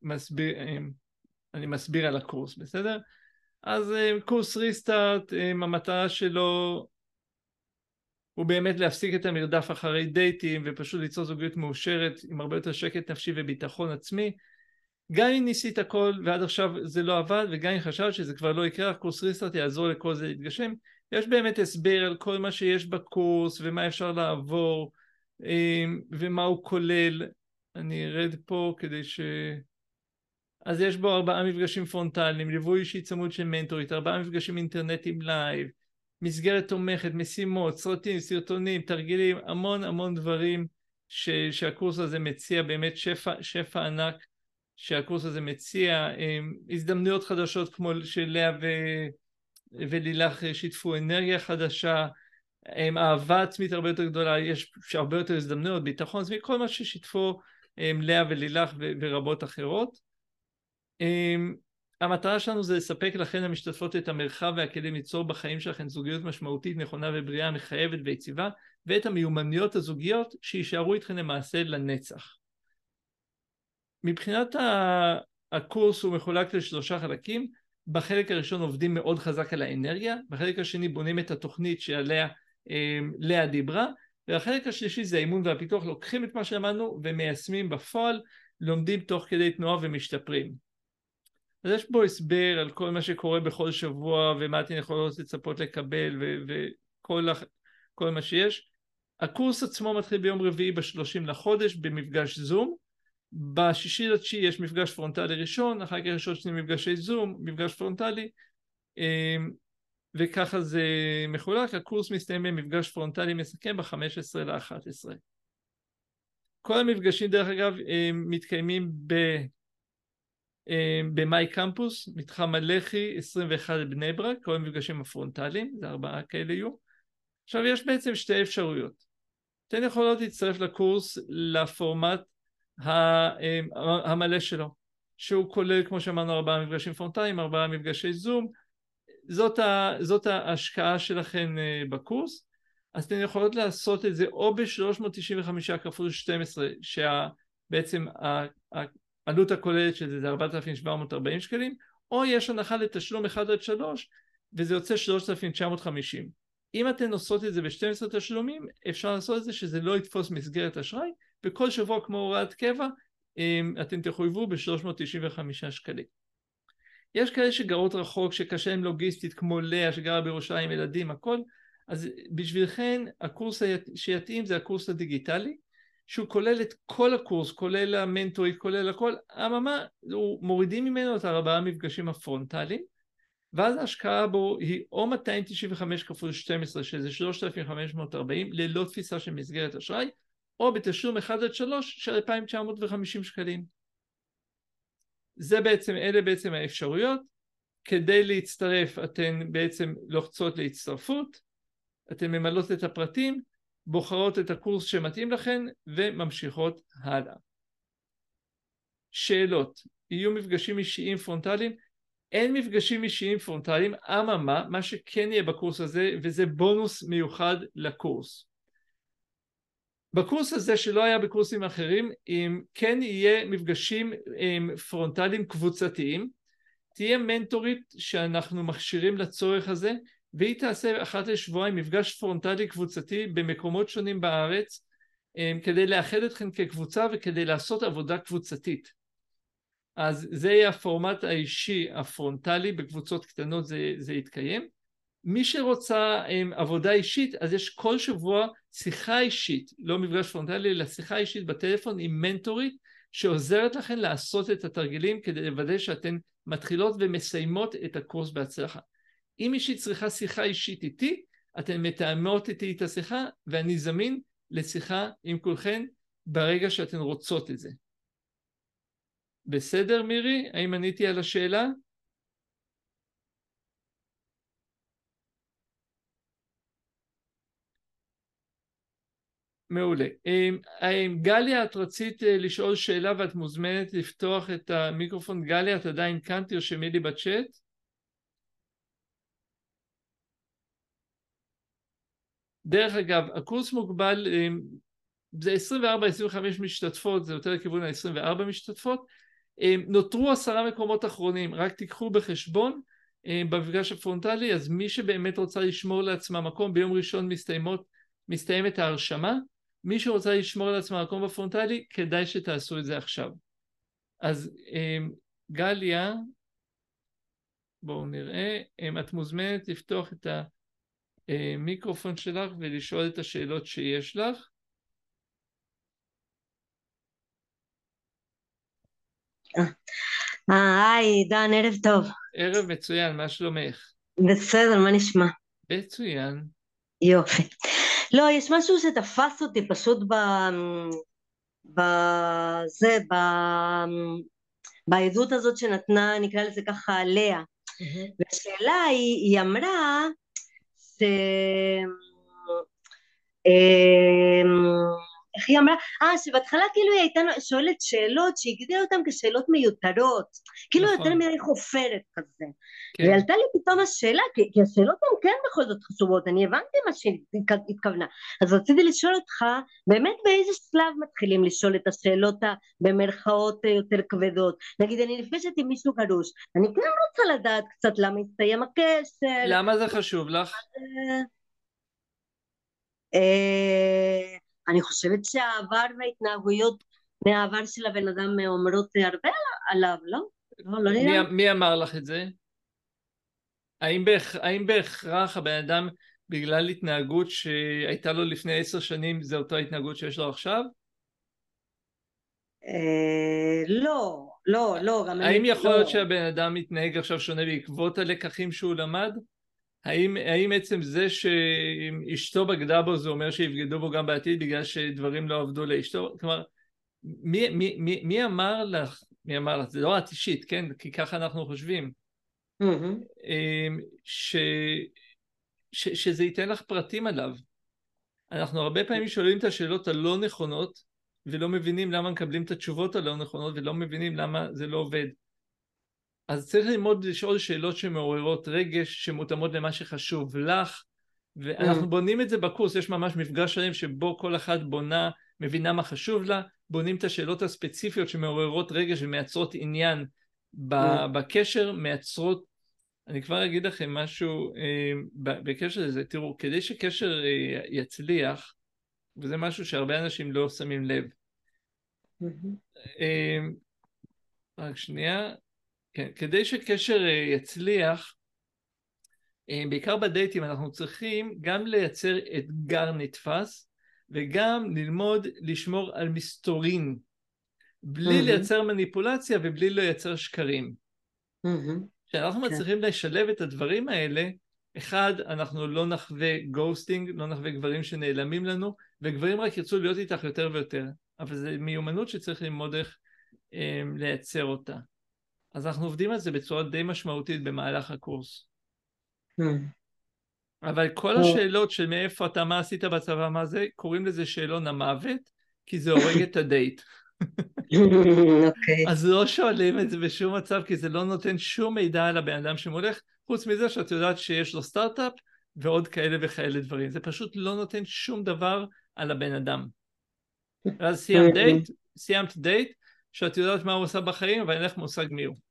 אני מסביר על הקורס, בסדר? אז קורס ריסטארט, המטרה שלו הוא באמת להפסיק את המרדף אחרי דייטים ופשוט ליצור זוגיות מאושרת עם הרבה יותר שקט נפשי וביטחון עצמי. גם אם ניסית הכל ועד עכשיו זה לא עבד, וגם אם חשבת שזה כבר לא יקרה, קורס ריסטארט יעזור לכל זה להתגשם. יש באמת הסבר על כל מה שיש בקורס ומה אפשר לעבור ומה הוא כולל. אני ארד פה כדי אז יש בו 4 מפגשים פרונטליים, ליווי אישי צמוד של מנטורית, 4 מפגשים אינטרנטיים לייב, מסגרת תומכת, משימות, סרטים, סרטונים, תרגילים, המון דברים שהקורס הזה מציע, באמת שפע ענק שהקורס הזה מציע, הזדמנויות חדשות כמו שלאה ולילך שיתפו אנרגיה חדשה, אהבה עצמית הרבה יותר גדולה, יש הרבה יותר הזדמנויות, ביטחון עצמי, כל מה ששיתפו לאה ולילך ורבות אחרות. המטרה שלנו זה לספק לכן המשתתפות את המרחב והכלים ליצור בחיים שלכן זוגיות משמעותית, נכונה ובריאה, מחייבת ויציבה, ואת המיומנויות הזוגיות שישארו איתכן למעשה לנצח. מבחינת הקורס הוא מחולק ל3 חלקים. בחלק הראשון עובדים מאוד חזק על האנרגיה, בחלק השני בונים את התוכנית שעליה לאה דיברה, והחלק השלישי זה האימון והפיתוח, לוקחים את מה שאמרנו ומיישמים בפועל, לומדים תוך כדי תנועה ומשתפרים. אז יש פה הסבר על כל מה שקורה בכל שבוע ומה אתן יכולות לצפות לקבל וכל מה שיש. הקורס עצמו מתחיל ביום רביעי ב30 לחודש במפגש זום. ב6/9 יש מפגש פרונטלי ראשון, אחר כך יש עוד 2 מפגשי זום, מפגש פרונטלי, וככה זה מחולק. הקורס מסתיים במפגש פרונטלי מסכם ב15/11. כל המפגשים דרך אגב מתקיימים במאי קמפוס, מתחם הלח"י 21 בני ברק, כל המפגשים הפרונטליים, זה 4 כאלה יהיו. עכשיו יש בעצם 2 אפשרויות. אתן יכולות להצטרף לקורס לפורמט המלא שלו, שהוא כולל כמו שאמרנו 4 מפגשים פרונטליים, 4 מפגשי זום. זאת ההשקעה שלכם בקורס. אז אתן יכולות לעשות את זה או ב-395 כפול 12, שבעצם העלות הכוללת של זה 4,740 שקלים, או יש הנחה לתשלום 1-3 וזה יוצא 3,950. אם אתן עושות את זה ב-12 תשלומים, אפשר לעשות את זה שזה לא יתפוס מסגרת אשראי, וכל שבוע כמו הוראת קבע אתם תחויבו ב-395 שקלים. יש כאלה שגרות רחוק, שקשה להם לוגיסטית, כמו לאה שגרה בירושלים, ילדים, הכל. אז בשבילכן הקורס שיתאים זה הקורס הדיגיטלי, שהוא כולל את כל הקורס, כולל המנטורית, כולל הכל. אממה, מורידים ממנו את 4 מפגשים הפרונטליים, ואז ההשקעה בו היא או 295 כפול 12, שזה 3,540, ללא תפיסה של מסגרת אשראי, או בתשלום 1-3 של 2,950 שקלים. אלה בעצם האפשרויות. כדי להצטרף, אתן בעצם לוחצות להצטרפות, אתן ממלאות את הפרטים, בוחרות את הקורס שמתאים לכן, וממשיכות הלאה. שאלות, יהיו מפגשים אישיים פרונטליים? אין מפגשים אישיים פרונטליים, אממה, מה שכן יהיה בקורס הזה, וזה בונוס מיוחד לקורס. בקורס הזה שלא היה בקורסים אחרים, כן יהיה מפגשים פרונטליים קבוצתיים, תהיה מנטורית שאנחנו מכשירים לצורך הזה, והיא תעשה 1 לשבועיים מפגש פרונטלי קבוצתי במקומות שונים בארץ, כדי לאחד אתכם כקבוצה וכדי לעשות עבודה קבוצתית. אז זה יהיה הפורמט האישי הפרונטלי, בקבוצות קטנות זה יתקיים. מי שרוצה עבודה אישית, אז יש כל שבוע שיחה אישית, לא מפגש פרונטלי, אלא שיחה אישית בטלפון עם מנטורית, שעוזרת לכן לעשות את התרגילים כדי לוודא שאתן מתחילות ומסיימות את הקורס בהצלחה. אם מישהי צריכה שיחה אישית איתי, אתן מתאמות איתי את השיחה, ואני זמין לשיחה עם כולכן ברגע שאתן רוצות את זה. בסדר מירי? האם עניתי על השאלה? מעולה. גליה, את רצית לשאול שאלה ואת מוזמנת לפתוח את המיקרופון. גליה, את עדיין כאן, תרשמי לי בצ'אט. דרך אגב, הקורס מוגבל, זה 24-25 משתתפות, זה יותר לכיוון ה-24 משתתפות. נותרו 10 מקומות אחרונים, רק תיקחו בחשבון במפגש הפרונטלי, אז מי שבאמת רוצה לשמור לעצמה מקום, ביום ראשון מסתיימת ההרשמה, מי שרוצה לשמור לעצמה מקום בפרונטלי, כדאי שתעשו את זה עכשיו. אז גליה, בואו נראה, את מוזמנת לפתוח את המיקרופון שלך ולשאול את השאלות שיש לך. היי, עידן, ערב טוב. ערב מצוין, מה שלומך? בסדר, מה נשמע? מצוין. יופי. לא, יש משהו שתפס אותי פשוט בעדות הזאת שנתנה, נקרא לזה ככה, לאה. והשאלה היא אמרה ש... איך היא אמרה? שבהתחלה כאילו היא הייתה שואלת שאלות שהגדירה אותן כשאלות מיותרות, כאילו נכון. יותר מדי חופרת כזה. כן. ועלתה לי פתאום השאלה, כי השאלות הן כן בכל זאת חשובות, אני הבנתי מה שהתכוונה. אז רציתי לשאול אותך, באמת באיזה שלב מתחילים לשאול את השאלות במרכאות יותר כבדות? נגיד אני נפגשת עם מישהו גרוש, אני כן רוצה לדעת קצת למה הסתיים הקשר. למה זה חשוב לך? אני חושבת שהעבר וההתנהגויות מהעבר של הבן אדם אומרות הרבה עליו, לא? לא נראה? מי אמר לך את זה? האם בהכרח הבן אדם בגלל התנהגות שהייתה לו לפני 10 שנים זה אותה התנהגות שיש לו עכשיו? לא. האם יכול להיות שהבן אדם מתנהג עכשיו שונה בעקבות הלקחים שהוא למד? האם עצם זה שאשתו בגדה בו זה אומר שיבגדו בו גם בעתיד בגלל שדברים לא עבדו לאשתו? כלומר, מי אמר לך, זה לא את אישית, כן? כי ככה אנחנו חושבים. שזה ייתן לך פרטים עליו. אנחנו הרבה פעמים שואלים את השאלות הלא נכונות ולא מבינים למה מקבלים את התשובות הלא נכונות ולא מבינים למה זה לא עובד. אז צריך ללמוד לשאול שאלות שמעוררות רגש, שמותאמות למה שחשוב לך, ואנחנו בונים את זה בקורס, יש ממש מפגש שלם שבו כל אחת מבינה מה חשוב לה, בונים את השאלות הספציפיות שמעוררות רגש ומייצרות עניין בקשר, מייצרות, אני כבר אגיד לכם משהו בקשר לזה, תראו, כדי שקשר יצליח, וזה משהו שהרבה אנשים לא שמים לב. רק שנייה, כן, כדי שקשר יצליח, בעיקר בדייטים אנחנו צריכים גם לייצר אתגר נתפס, וגם ללמוד לשמור על מסתורין, בלי לייצר מניפולציה ובלי לייצר שקרים. כשאנחנו מצליחים לשלב את הדברים האלה, אחד, אנחנו לא נחווה גוסטינג, לא נחווה גברים שנעלמים לנו, וגברים רק ירצו להיות איתך יותר ויותר, אבל זו מיומנות שצריך ללמוד איך לייצר אותה. אז אנחנו עובדים על זה בצורה די משמעותית במהלך הקורס. אבל כל השאלות של מאיפה אתה, מה עשית בצבא, מה זה, קוראים לזה שאלון המוות, כי זה הורג את הדייט. אז לא שואלים את זה בשום מצב, כי זה לא נותן שום מידע על הבן אדם שמולך, חוץ מזה שאת יודעת שיש לו סטארט-אפ, ועוד כאלה וכאלה דברים. זה פשוט לא נותן שום דבר על הבן אדם. אז סיימת דייט, שאת יודעת מה הוא עושה בחיים, אבל אין לך מושג מי הוא.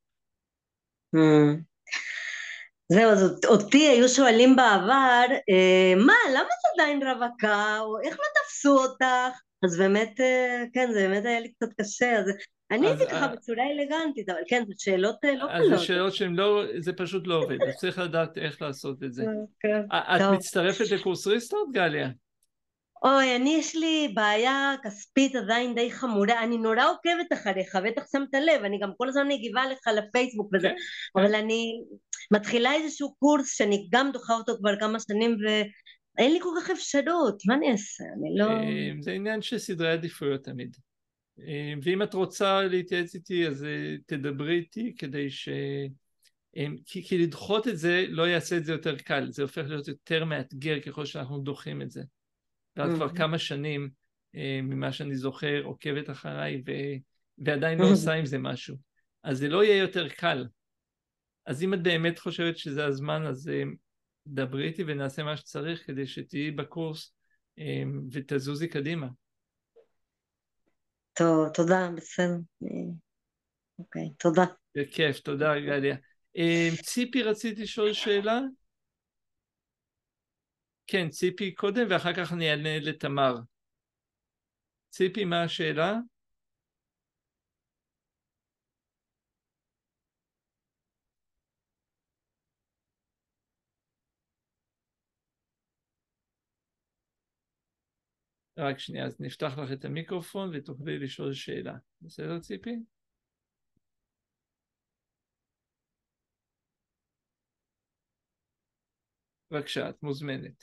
זהו, אז אותי היו שואלים בעבר, למה את עדיין רווקה, או איך לא תפסו אותך? אז באמת, כן, זה באמת היה לי קצת קשה, אז אני הייתי ככה בצורה אלגנטית, אבל כן, זה שאלות לא קלות. אז זה שאלות שהן לא, זה פשוט לא עובד, אז צריך לדעת איך לעשות את זה. את מצטרפת לקורס ריסטארט, גליה? אוי, יש לי בעיה כספית עדיין די חמורה, אני נורא עוקבת אחריך, בטח שמת לב, אני גם כל הזמן מגיבה לך לפייסבוק וזה, אבל אני מתחילה איזשהו קורס שאני גם דוחה אותו כבר כמה שנים ואין לי כל כך אפשרות, מה אני אעשה? אני לא... זה עניין של סדרי עדיפויות תמיד, ואם את רוצה להתייעץ איתי אז תדברי איתי כדי ש... כי לדחות את זה לא יעשה את זה יותר קל, זה הופך להיות יותר מאתגר ככל שאנחנו דוחים את זה. ועד כבר כמה שנים ממה שאני זוכר, עוקבת אחריי ועדיין לא עושה עם זה משהו. אז זה לא יהיה יותר קל. אז אם את באמת חושבת שזה הזמן, אז דברי איתי ונעשה מה שצריך כדי שתהיי בקורס ותזוזי קדימה. טוב, תודה, בסדר. אוקיי, תודה. בכיף, תודה גליה. ציפי, רציתי לשאול שאלה? כן, ציפי קודם ואחר כך אני אענה לתמר. ציפי, מה השאלה? רק שנייה, אז נפתח לך את המיקרופון ותוכלי לשאול שאלה. בסדר, ציפי? בבקשה, את מוזמנת.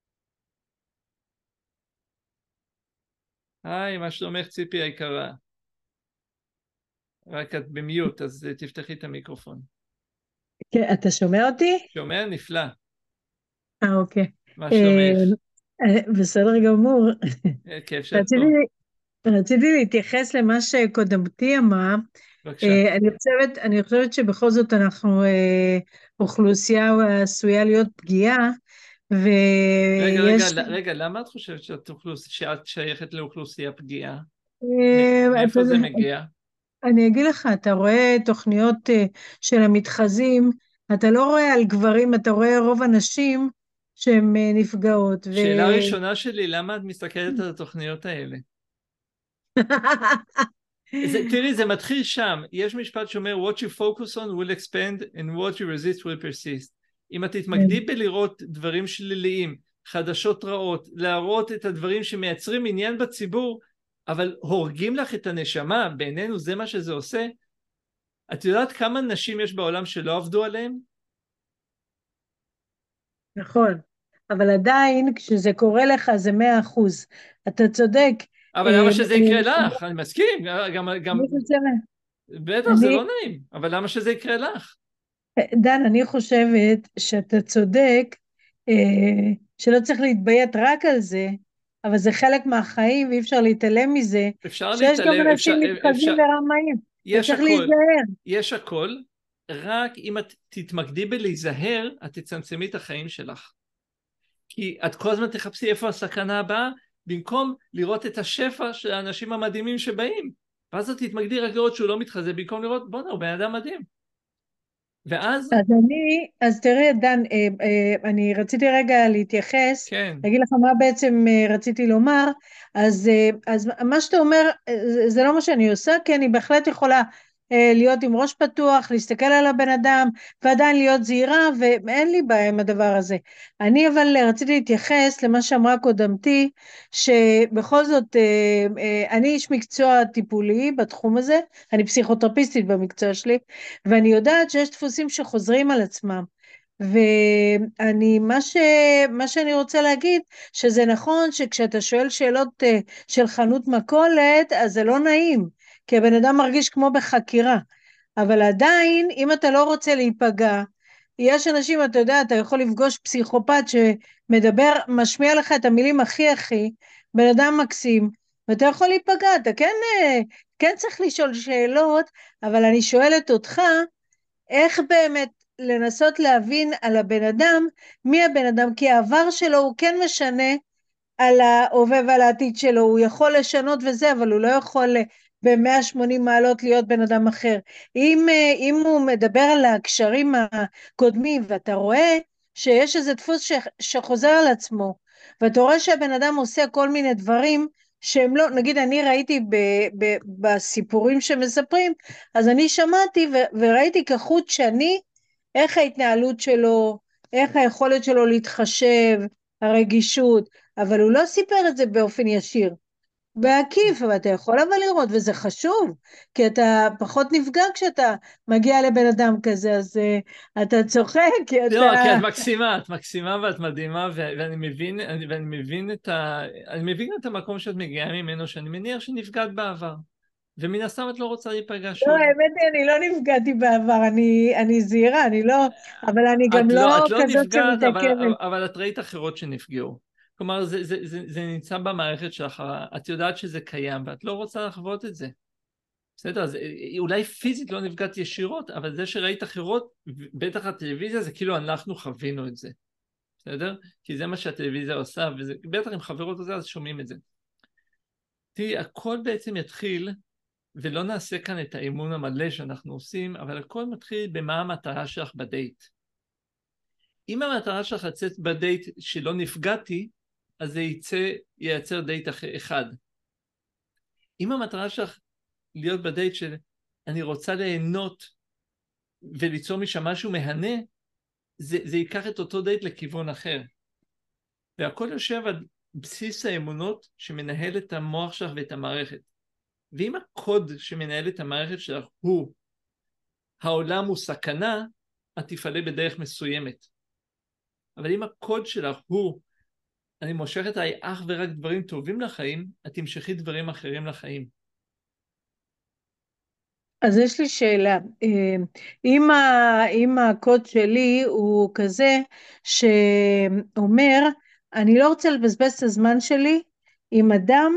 היי, מה שלומך ציפי היקרה? רק את במיוט, אז תפתחי את המיקרופון. כן, אתה שומע אותי? שומע? נפלא. אוקיי. מה שלומך? בסדר גמור. כיף שאת פה. רציתי להתייחס למה שקודמתי אמרה. בבקשה. אני חושבת שבכל זאת אנחנו אוכלוסייה עשויה להיות פגיעה, רגע, למה את חושבת שאת שייכת לאוכלוסייה פגיעה? אה, מאיפה אתה זה יודע, מגיע? אני אגיד לך, אתה רואה תוכניות של המתחזים, אתה לא רואה על גברים, אתה רואה רוב הנשים שהן נפגעות. שאלה ראשונה שלי, למה את מסתכלת על התוכניות האלה? תראי, זה מתחיל שם. יש משפט שאומר, what you focus on will expand and what you resist will persist. אם את תתמקדי בלראות דברים שליליים, חדשות רעות, להראות את הדברים שמייצרים עניין בציבור, אבל הורגים לך את הנשמה, בעינינו זה מה שזה עושה. את יודעת כמה נשים יש בעולם שלא עבדו עליהם? נכון, אבל עדיין כשזה קורה לך זה 100%. אתה צודק. אבל למה שזה יקרה לך? אני מסכים, גם בטח זה לא נעים, אבל למה שזה יקרה לך? דן, אני חושבת שאתה צודק, שלא צריך להתביית רק על זה, אבל זה חלק מהחיים ואי אפשר להתעלם מזה, שיש גם אנשים מתחזים ורמאים, וצריך להיזהר. יש הכל, רק אם את תתמקדי בלהיזהר, את תצמצמי את החיים שלך. כי את כל הזמן תחפשי איפה הסכנה הבאה, במקום לראות את השפע של האנשים המדהימים שבאים. ואז את תתמקדי רק לראות שהוא לא מתחזה, במקום לראות, בוא'נה, הוא בן אדם מדהים. ואז... אז תראה, דן, אני רציתי רגע להתייחס, כן. להגיד לך מה בעצם רציתי לומר, אז מה שאתה אומר, זה לא מה שאני עושה, כי אני בהחלט יכולה להיות עם ראש פתוח, להסתכל על הבן אדם, ועדיין להיות זהירה, ואין לי בעיה עם הדבר הזה. אני אבל רציתי להתייחס למה שאמרה קודמתי, שבכל זאת, אני איש מקצוע טיפולי בתחום הזה, אני פסיכותרפיסטית במקצוע שלי, ואני יודעת שיש דפוסים שחוזרים על עצמם, מה שאני רוצה להגיד, שזה נכון שכשאתה שואל שאלות של חנות מכולת, אז זה לא נעים, כי הבן אדם מרגיש כמו בחקירה, אבל עדיין, אם אתה לא רוצה להיפגע, יש אנשים, אתה יודע, אתה יכול לפגוש פסיכופת שמדבר, משמיע לך את המילים הכי, בן אדם מקסים, ואתה יכול להיפגע, אתה כן צריך לשאול שאלות, אבל אני שואלת אותך, איך באמת לנסות להבין על הבן אדם, מי הבן אדם, כי העבר שלו הוא כן משנה על ההווה ועל העתיד שלו, הוא יכול לשנות וזה, אבל הוא לא יכול ב-180 מעלות להיות בן אדם אחר. אם הוא מדבר על הקשרים הקודמים, ואתה רואה שיש איזה דפוס שחוזר על עצמו, ואתה רואה שהבן אדם עושה כל מיני דברים, שהם לא, נגיד אני ראיתי בסיפורים שמספרים, אז אני שמעתי וראיתי כחוט שני, איך ההתנהלות שלו, איך היכולת שלו להתחשב, הרגישות, אבל הוא לא סיפר את זה באופן ישיר, בעקיף, ואתה יכול אבל לראות, וזה חשוב, כי אתה פחות נפגע כשאתה מגיע לבן אדם כזה, אז אתה צוחק, כי אתה... לא, כי את מקסימה ואת מדהימה, ואני מבין את המקום שאת מגיעה ממנו, שאני מניח שנפגעת בעבר, ומן הסתם את לא רוצה להיפגע שוב. לא, האמת היא, אני לא נפגעתי בעבר, אני זהירה, אני לא, אבל אני גם לא את לא כזאת נפגעת, שמתעכבת. אבל את ראית אחרות שנפגעו. כלומר, זה נמצא במערכת שלך, את יודעת שזה קיים, ואת לא רוצה לחוות את זה. בסדר, אז אולי פיזית לא נפגעת ישירות, אבל זה שראית אחרות, בטח הטלוויזיה, זה כאילו אנחנו חווינו את זה. בסדר? כי זה מה שהטלוויזיה עושה, ובטח אם חברות עושה, אז שומעים את זה. תראי, הכל בעצם יתחיל, ולא נעשה כאן את האימון המלא שאנחנו עושים, אבל הכל מתחיל במה המטרה שלך בדייט. אם המטרה שלך לצאת בדייט שלא נפגעתי, אז זה ייצר דייט אחד. אם המטרה שלך להיות בדייט של אני רוצה ליהנות וליצור משם משהו מהנה, זה ייקח את אותו דייט לכיוון אחר. והכל יושב על בסיס האמונות שמנהל את המוח שלך ואת המערכת. ואם הקוד שמנהל את המערכת שלך הוא העולם הוא סכנה, את תפעלה בדרך מסוימת. אבל אם הקוד שלך הוא אני מושכת עליי אך ורק דברים טובים לחיים, את תמשכי דברים אחרים לחיים. אז יש לי שאלה, אם הקוד שלי הוא כזה שאומר, אני לא רוצה לבזבז את הזמן שלי עם אדם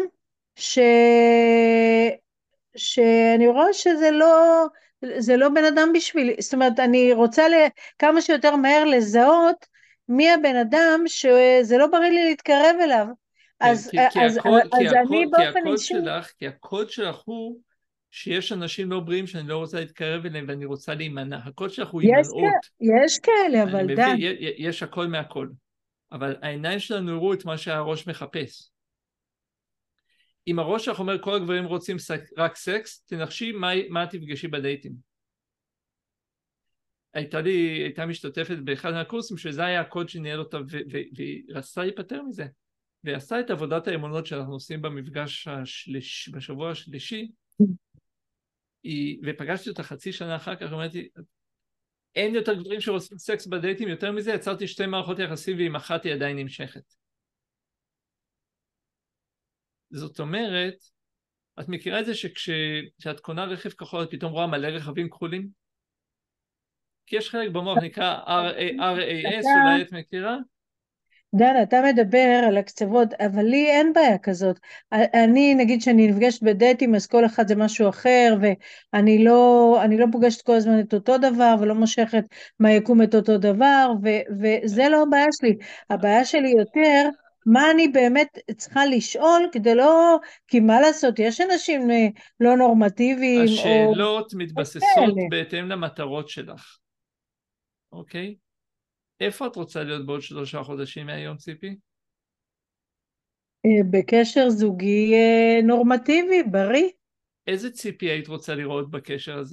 שאני רואה זה לא בן אדם בשבילי, זאת אומרת אני רוצה כמה שיותר מהר לזהות מי הבן אדם שזה לא בריא לי להתקרב אליו, אז אני באופן אישי... כי הקוד שלך הוא שיש אנשים לא בריאים שאני לא רוצה להתקרב אליהם ואני רוצה להימנע. הקוד שלך הוא הימנעות. יש כאלה, אבל דן. יש הכל מהכל. אבל העיניים שלנו הראו את מה שהראש מחפש. אם הראש שלך אומר כל הגברים רוצים רק סקס, תנחשי מה תפגשי בדייטים. הייתה משתתפת באחד מהקורסים שזה היה הקוד שניהל אותה והיא רצתה להיפטר מזה. והיא עשתה את עבודת האמונות שאנחנו עושים במפגש בשבוע השלישי, ופגשתי אותה חצי שנה אחר כך, אמרתי, אין יותר גברים שרוצים סקס בדייטים, יותר מזה יצרתי 2 מערכות יחסים ועם אחת היא עדיין נמשכת. זאת אומרת, את מכירה את זה שכשאת קונה רכב כחול, את פתאום רואה מלא רכבים כחולים? כי יש חלק במוח נקרא RAS, אולי את מכירה? דן, אתה מדבר על הקצוות, אבל לי אין בעיה כזאת. אני, נגיד שאני נפגשת בדייטים, אז כל אחד זה משהו אחר, ואני לא פוגשת כל הזמן את אותו דבר, ולא מושכת מה יקום את אותו דבר, וזה לא הבעיה שלי. הבעיה שלי יותר, מה אני באמת צריכה לשאול, כדי לא, כי מה לעשות, יש אנשים לא נורמטיביים, השאלות מתבססות בהתאם למטרות שלך. אוקיי? איפה את רוצה להיות בעוד 3 חודשים מהיום, ציפי? בקשר זוגי נורמטיבי, בריא. איזה ציפי היית רוצה לראות בקשר הזה?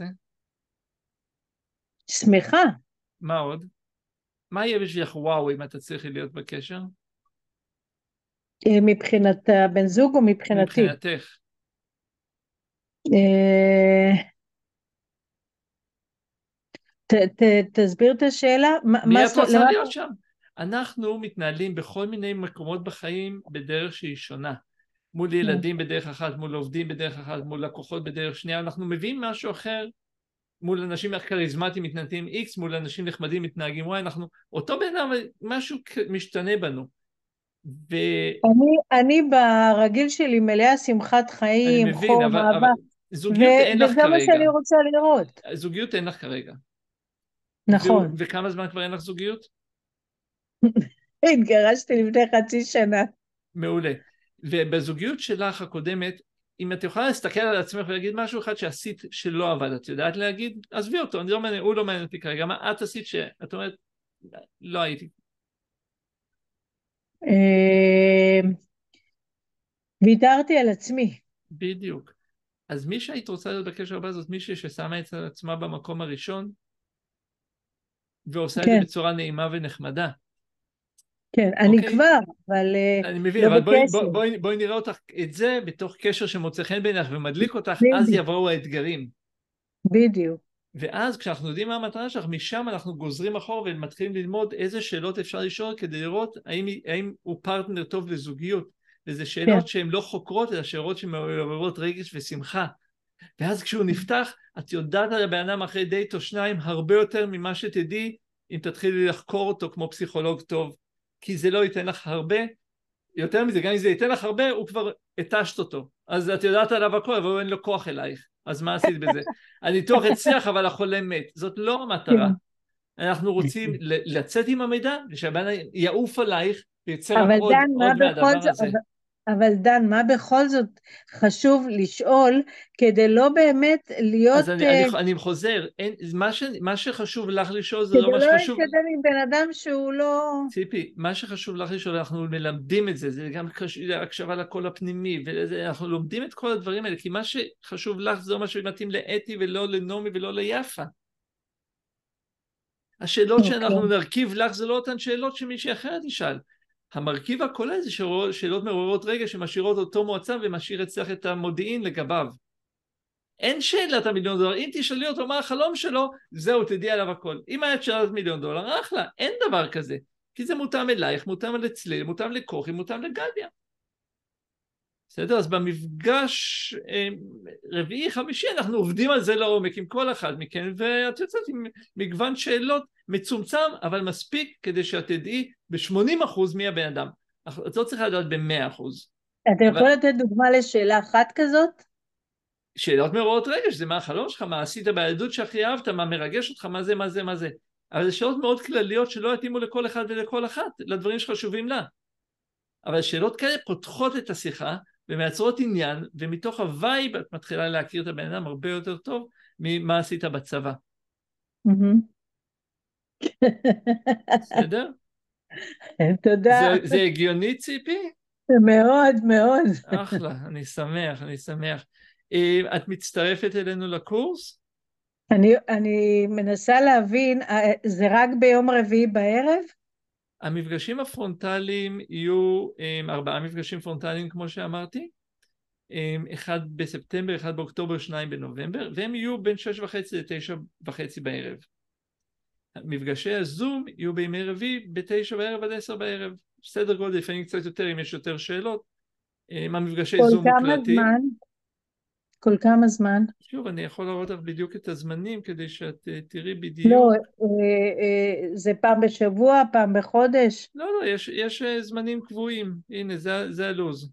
שמחה. מה עוד? מה יהיה בשבילך וואו אם אתה צריך להיות בקשר? מבחינת הבן זוג או מבחינתי? מבחינתך. תסביר את השאלה. מי את רוצה להיות שם? אנחנו מתנהלים בכל מיני מקומות בחיים בדרך שהיא שונה. מול ילדים בדרך אחת, מול עובדים בדרך אחת, מול לקוחות בדרך שנייה. אנחנו מביאים משהו אחר. מול אנשים כריזמטיים מתנהגים X, מול אנשים נחמדים מתנהגים Y. אנחנו אותו בן אדם, משהו משתנה בנו. אני ברגיל שלי מלאה שמחת חיים, חום, אהבה. זוגיות אין לך כרגע. וזה מה שאני רוצה לראות. זוגיות אין לך כרגע. נכון. וכמה זמן כבר אין לך זוגיות? התגרשתי לפני 0.5 שנה. מעולה. ובזוגיות שלך הקודמת, אם את יכולה להסתכל על עצמך ולהגיד משהו אחד שעשית שלא עבד, את יודעת להגיד, עזבי אותו, הוא לא מעניין אותי כרגע, מה את עשית שאת אומרת, לא הייתי. ויתרתי על עצמי. בדיוק. אז מי שהיית רוצה להיות בקשר הבא זאת מישהי ששמה את עצמה במקום הראשון, ועושה את זה בצורה נעימה ונחמדה. כן, אני כבר, אבל אני מבין, אבל בואי נראה אותך את זה בתוך קשר שמוצא חן בעיניך ומדליק אותך, אז יבואו האתגרים. בדיוק. ואז כשאנחנו יודעים מה המטרה שלך, משם אנחנו גוזרים אחור ומתחילים ללמוד איזה שאלות אפשר לשאול כדי לראות האם הוא פרטנר טוב לזוגיות. וזה שאלות שהן לא חוקרות, אלא שאלות שמעוררות רגש ושמחה. ואז כשהוא נפתח, את יודעת על הבן אדם אחרי דייט או 2 הרבה יותר ממה שתדעי אם תתחילי לחקור אותו כמו פסיכולוג טוב. כי זה לא ייתן לך הרבה, יותר מזה, גם אם זה ייתן לך הרבה, הוא כבר התשת אותו. אז את יודעת עליו הכל, אבל הוא אין לו כוח אלייך. אז מה עשית בזה? הניתוח הצליח, אבל החולה מת. זאת לא המטרה. אנחנו רוצים לצאת עם המידע, ושהבן יעוף עלייך, ויצא רק אבל עוד דן, מה מהדבר בכל זאת, הזה. אבל דן, מה בכל זאת חשוב לשאול, כדי לא באמת להיות, אז אני חוזר, מה שחשוב לך לשאול זה כדי לא מה לא שחשוב... להתקדם עם בן אדם שהוא לא... ציפי, מה שחשוב לך לשאול, אנחנו מלמדים את זה, זה גם הקשבה לקול הפנימי, ואנחנו לומדים את כל הדברים האלה, כי מה שחשוב לך זה לא מה שמתאים לאתי ולא לנומי ולא ליפה. השאלות שאנחנו נרכיב לך זה לא אותן שאלות שמישהי אחרת ישאל. המרכיב הכולל זה שאלות מעוררות רגע שמשאירות אותו מועצם ומשאיר אצלך את המודיעין לגביו. אין שאלת $1,000,000, אם תשאלי אותו מה החלום שלו, זהו, תדעי עליו הכל. אם היה שאלת $1,000,000, אחלה, אין דבר כזה. כי זה מותאם אלייך, מותאם לצליל, מותאם לכוכי, מותאם לגדיה. בסדר? אז במפגש רביעי, חמישי, אנחנו עובדים על זה לעומק עם כל אחד מכן, ואת יוצאת עם מגוון שאלות מצומצם, אבל מספיק כדי שאת תדעי ב-80% מי הבן אדם. את לא צריכה לדעת ב-100%. אתה יכול לתת דוגמה לשאלה אחת כזאת? שאלות מעוררות רגש, זה מה החלום שלך, מה עשית בילדות שהכי אהבת, מה מרגש אותך, מה זה, מה זה, מה זה. אבל זה שאלות מאוד כלליות שלא יתאימו לכל אחד ולכל אחת, לדברים שחשובים לה. אבל שאלות כאלה פותחות את השיחה, ומייצרות עניין, ומתוך הווייב את מתחילה להכיר את הבן אדם הרבה יותר טוב, ממה עשית בצבא. בסדר? תודה. זה הגיוני, ציפי? מאוד, מאוד. אחלה, אני שמח, אני שמח. את מצטרפת אלינו לקורס? אני מנסה להבין, זה רק ביום רביעי בערב? המפגשים הפרונטליים יהיו 4 מפגשים פרונטליים כמו שאמרתי, 1 בספטמבר, 1 באוקטובר, 2 בנובמבר, והם יהיו בין 6:30 ל-9:30 בערב. מפגשי הזום יהיו בימי רביעי ב-9 בערב עד 10 בערב, סדר גודל, לפעמים קצת יותר אם יש יותר שאלות. המפגשי זום מוקלטים. כל כמה זמן? שוב, אני יכול להראות לך בדיוק את הזמנים כדי שאת תראי בדיוק. לא, זה פעם בשבוע, פעם בחודש? לא, יש זמנים קבועים. הנה, זה הלוז.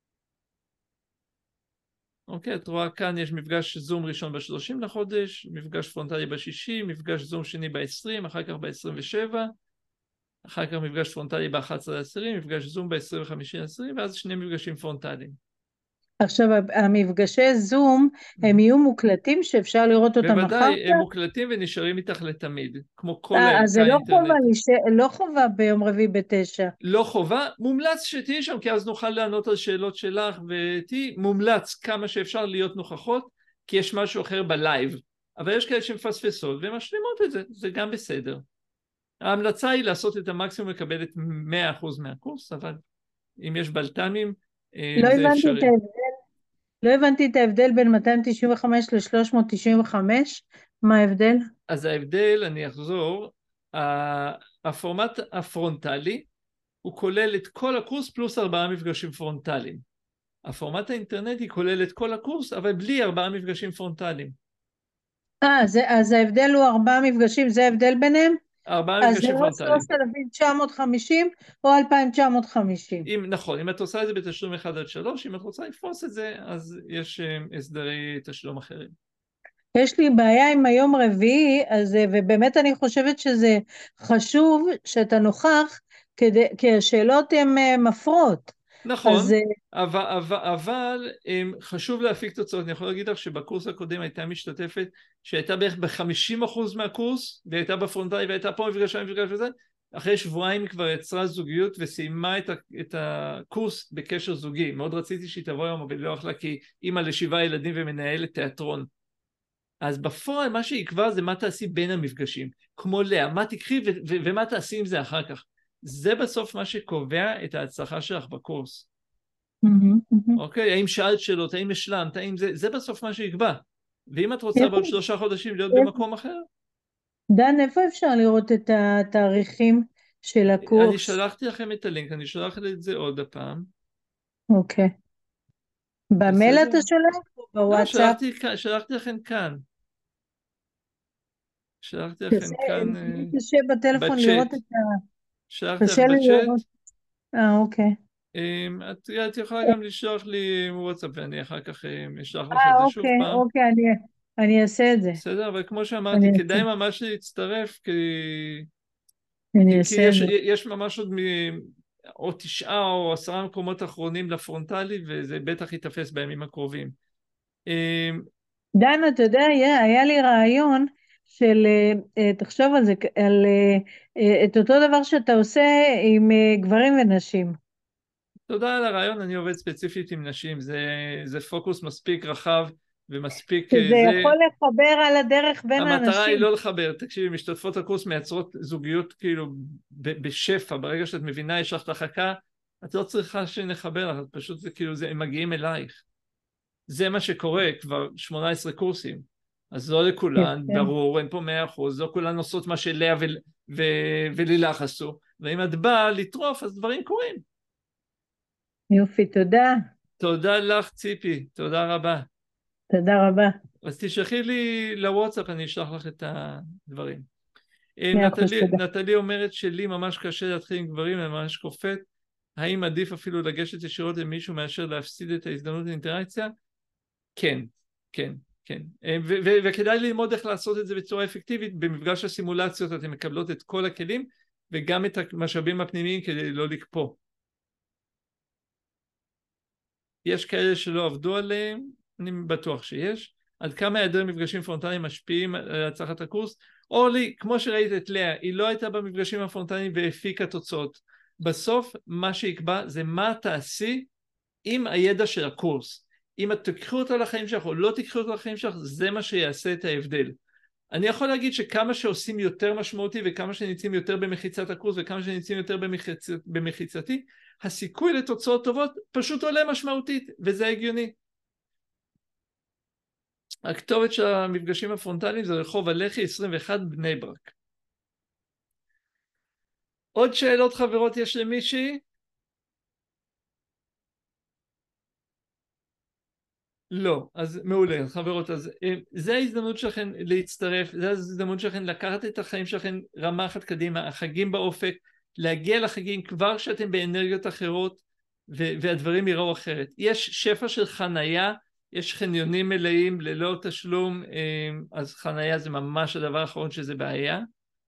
אוקיי, את רואה כאן יש מפגש זום ראשון ב-30 לחודש, מפגש פרונטלי ב-60, מפגש זום שני ב-20, אחר כך ב-27, אחר כך מפגש פרונטלי ב-11-10, מפגש זום ב-25-10, ואז 2 מפגשים פרונטליים. עכשיו, המפגשי זום, הם יהיו מוקלטים שאפשר לראות אותם אחר כך? בוודאי, הם מוקלטים ונשארים איתך לתמיד, כמו כל האינטרנט. אז זה לא חובה ביום רביעי ב-9. לא חובה, מומלץ שתהי שם, כי אז נוכל לענות על שאלות שלך, ותהי מומלץ כמה שאפשר להיות נוכחות, כי יש משהו אחר בלייב. אבל יש כאלה שמפספסות, והן משלימות את זה, זה גם בסדר. ההמלצה היא לעשות את המקסימום, לקבל את 100% מהקורס, אבל אם יש בלת"מים, זה אפשרי. לא הבנתי את ההבדל בין 295 ל-395, מה ההבדל? אז ההבדל, אני אחזור, הפורמט הפרונטלי, הוא כולל את כל הקורס פלוס 4 מפגשים פרונטליים. הפורמט האינטרנטי כולל את כל הקורס, אבל בלי 4 מפגשים פרונטליים. אז ההבדל הוא 4 מפגשים, זה ההבדל ביניהם? 4 מפגשים פרונטליים. אז זה או 3,950 או 2,950. נכון, אם את עושה את זה בתשלום 1 עד 3, אם את רוצה לפרוס את זה, אז יש הסדרי תשלום אחרים. יש לי בעיה עם היום רביעי, ובאמת אני חושבת שזה חשוב שאתה נוכח, כי השאלות הן מפרות. נכון, אבל חשוב להפיק תוצאות. אני יכול להגיד לך שבקורס הקודם הייתה משתתפת שהייתה בערך ב-50% מהקורס, והייתה בפרונטלי והייתה פה מפגש וזה, אחרי שבועיים היא כבר יצרה זוגיות וסיימה את הקורס בקשר זוגי. מאוד רציתי שהיא תבוא היום, אבל לא יכלה, כי אימא ל7 ילדים ומנהלת תיאטרון. אז בפועל מה שיקבע זה מה תעשי בין המפגשים, כמו לאה, מה תקחי ומה תעשי עם זה אחר כך. זה בסוף מה שקובע את ההצלחה שלך בקורס. אוקיי, האם שאלת שאלות, האם השלמת, האם זה בסוף מה שיקבע. ואם את רוצה בעוד 3 חודשים להיות במקום אחר? דן, איפה אפשר לראות את התאריכים של הקורס? אני שלחתי לכם את הלינק, אני שלחתי את זה עוד הפעם. אוקיי. במייל אתה שולח או בוואטסאפ? לא, שלחתי לכם כאן. שלחתי לכם כאן קשה בטלפון לראות את שלחתי לכם בצ'אט. אוקיי. את יכולה גם לשלוח לי וואטסאפ ואני אחר כך אשלח לך את זה שוב פעם. אוקיי, אני אעשה את זה. בסדר, אבל כמו שאמרתי, אני כדאי אעשה. ממש להצטרף, אני כי אעשה את זה. יש ממש עוד או 9 או 10 מקומות אחרונים לפרונטלי, וזה בטח יתפס בימים הקרובים. דן, אתה יודע, היה לי רעיון של, תחשוב על זה, על את אותו דבר שאתה עושה עם גברים ונשים. תודה על הרעיון, אני עובד ספציפית עם נשים, זה פוקוס מספיק רחב ומספיק שזה יכול לחבר על הדרך בין המטרה היא האנשים. לא לחבר, תקשיבי, משתתפות הקורס מייצרות זוגיות כאילו בשפע, ברגע שאת מבינה, יש לך את החכה, את לא צריכה שנחבר לך, פשוט זה כאילו, הם מגיעים אלייך. זה מה שקורה כבר 18 קורסים, אז לא לכולן, ברור, אין פה 100%, לא כולן עושות מה שלאה ולילך עשו, ואם את באה לטרוף, אז דברים קורים. יופי, תודה. תודה לך ציפי, תודה רבה. תודה רבה. אז תשלחי לי לוואטסאפ, אני אשלח לך את הדברים. נטלי אומרת שלי ממש קשה להתחיל עם גברים, אני ממש קופאת. האם עדיף אפילו לגשת ישירות למישהו מאשר להפסיד את ההזדמנות לאינטראקציה? כן, כן, כן. וכדאי ללמוד איך לעשות את זה בצורה אפקטיבית. במפגש הסימולציות אתם מקבלות את כל הכלים, וגם את המשאבים הפנימיים כדי לא לקפוא. יש כאלה שלא עבדו עליהם, אני בטוח שיש. עד כמה היעדר מפגשים פרונטליים משפיעים על הצלחת הקורס? אורלי, כמו שראית את לאה, היא לא הייתה במפגשים הפרונטליים והפיקה תוצאות. בסוף מה שיקבע זה מה תעשי עם הידע של הקורס. אם את תקחו אותו לחיים שלך או לא תקחו אותו לחיים שלך, זה מה שיעשה את ההבדל. אני יכול להגיד שכמה שעושים יותר משמעותי וכמה שנמצאים יותר במחיצת הקורס וכמה שנמצאים יותר במחיצתי, הסיכוי לתוצאות טובות פשוט עולה משמעותית, וזה הגיוני. הכתובת של המפגשים הפרונטליים זה רחוב הלח"י 21 בני ברק. עוד שאלות חברות יש למישהי? לא, אז מעולה, חברות, אז זה ההזדמנות שלכם להצטרף, זה ההזדמנות שלכם לקחת את החיים שלכם רמה אחת קדימה, החגים באופק, להגיע לחגים כבר שאתם באנרגיות אחרות והדברים יראו אחרת. יש שפע של חנייה, יש חניונים מלאים ללא תשלום, אז חנייה זה ממש הדבר האחרון שזה בעיה.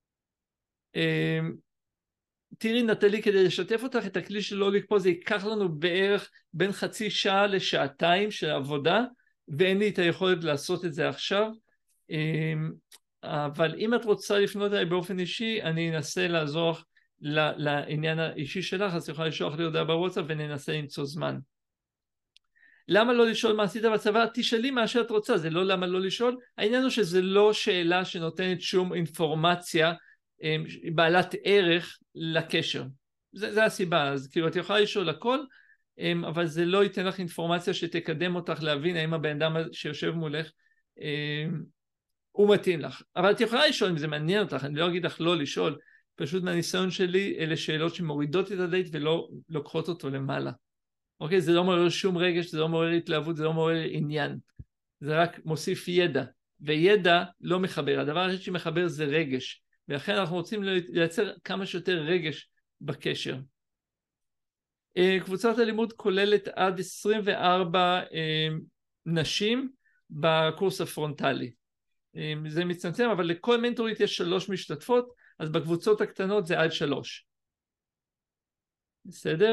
תראי נטלי, כדי לשתף אותך את הכלי של לא לקפוא, זה ייקח לנו בערך בין חצי שעה לשעתיים של עבודה, ואין לי את היכולת לעשות את זה עכשיו. אבל אם את רוצה לפנות אליי באופן אישי, אני אנסה לעזור לעניין האישי שלך, אז יכולה לשלוח לי הודעה בוואטסאפ וננסה למצוא זמן. למה לא לשאול מה עשית בצבא? תשאלי מה שאת רוצה, זה לא למה לא לשאול. העניין הוא שזה לא שאלה שנותנת שום אינפורמציה בעלת ערך לקשר. זה הסיבה, אז כאילו את יכולה לשאול הכל, אבל זה לא ייתן לך אינפורמציה שתקדם אותך להבין האם הבן אדם שיושב מולך הוא מתאים לך. אבל את יכולה לשאול אם זה מעניין אותך, אני לא אגיד לך לא לשאול, פשוט מהניסיון שלי אלה שאלות שמורידות את הדייט ולא לוקחות אותו למעלה. אוקיי, זה לא מעורר שום רגש, זה לא מעורר התלהבות, זה לא מעורר עניין. זה רק מוסיף ידע, וידע לא מחבר. הדבר הראשון שמחבר זה רגש, ולכן אנחנו רוצים לייצר כמה שיותר רגש בקשר. קבוצת הלימוד כוללת עד 24 נשים בקורס הפרונטלי. זה מצטמצם, אבל לכל מנטורית יש 3 משתתפות, אז בקבוצות הקטנות זה עד 3. בסדר?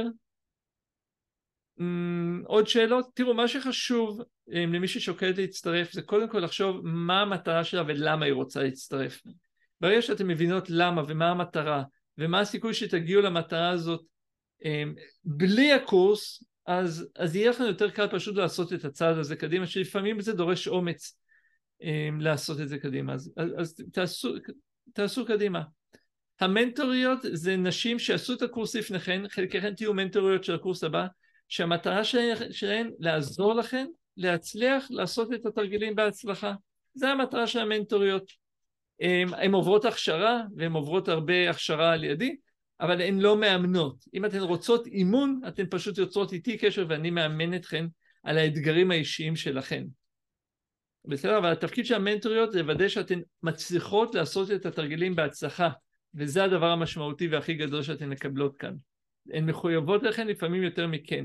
עוד שאלות? תראו, מה שחשוב למי ששוקלת להצטרף זה קודם כל לחשוב מה המטרה שלה ולמה היא רוצה להצטרף. ברגע שאתם מבינות למה ומה המטרה ומה הסיכוי שתגיעו למטרה הזאת בלי הקורס, אז יהיה לכם יותר קל פשוט לעשות את הצעד הזה קדימה, שלפעמים זה דורש אומץ לעשות את זה קדימה, אז תעשו קדימה. המנטוריות זה נשים שעשו את הקורס לפניכן, חלקכן תהיו מנטוריות של הקורס הבא, שהמטרה שלהן לעזור לכן להצליח לעשות את התרגילים בהצלחה. זה המטרה של המנטוריות. הן עוברות הכשרה, והן עוברות הרבה הכשרה על ידי, אבל הן לא מאמנות. אם אתן רוצות אימון, אתן פשוט יוצרות איתי קשר, ואני מאמן אתכן על האתגרים האישיים שלכן. בסדר, אבל התפקיד של המנטוריות זה לוודא שאתן מצליחות לעשות את התרגילים בהצלחה, וזה הדבר המשמעותי והכי גדול שאתן מקבלות כאן. הן מחויבות לכן לפעמים יותר מכן.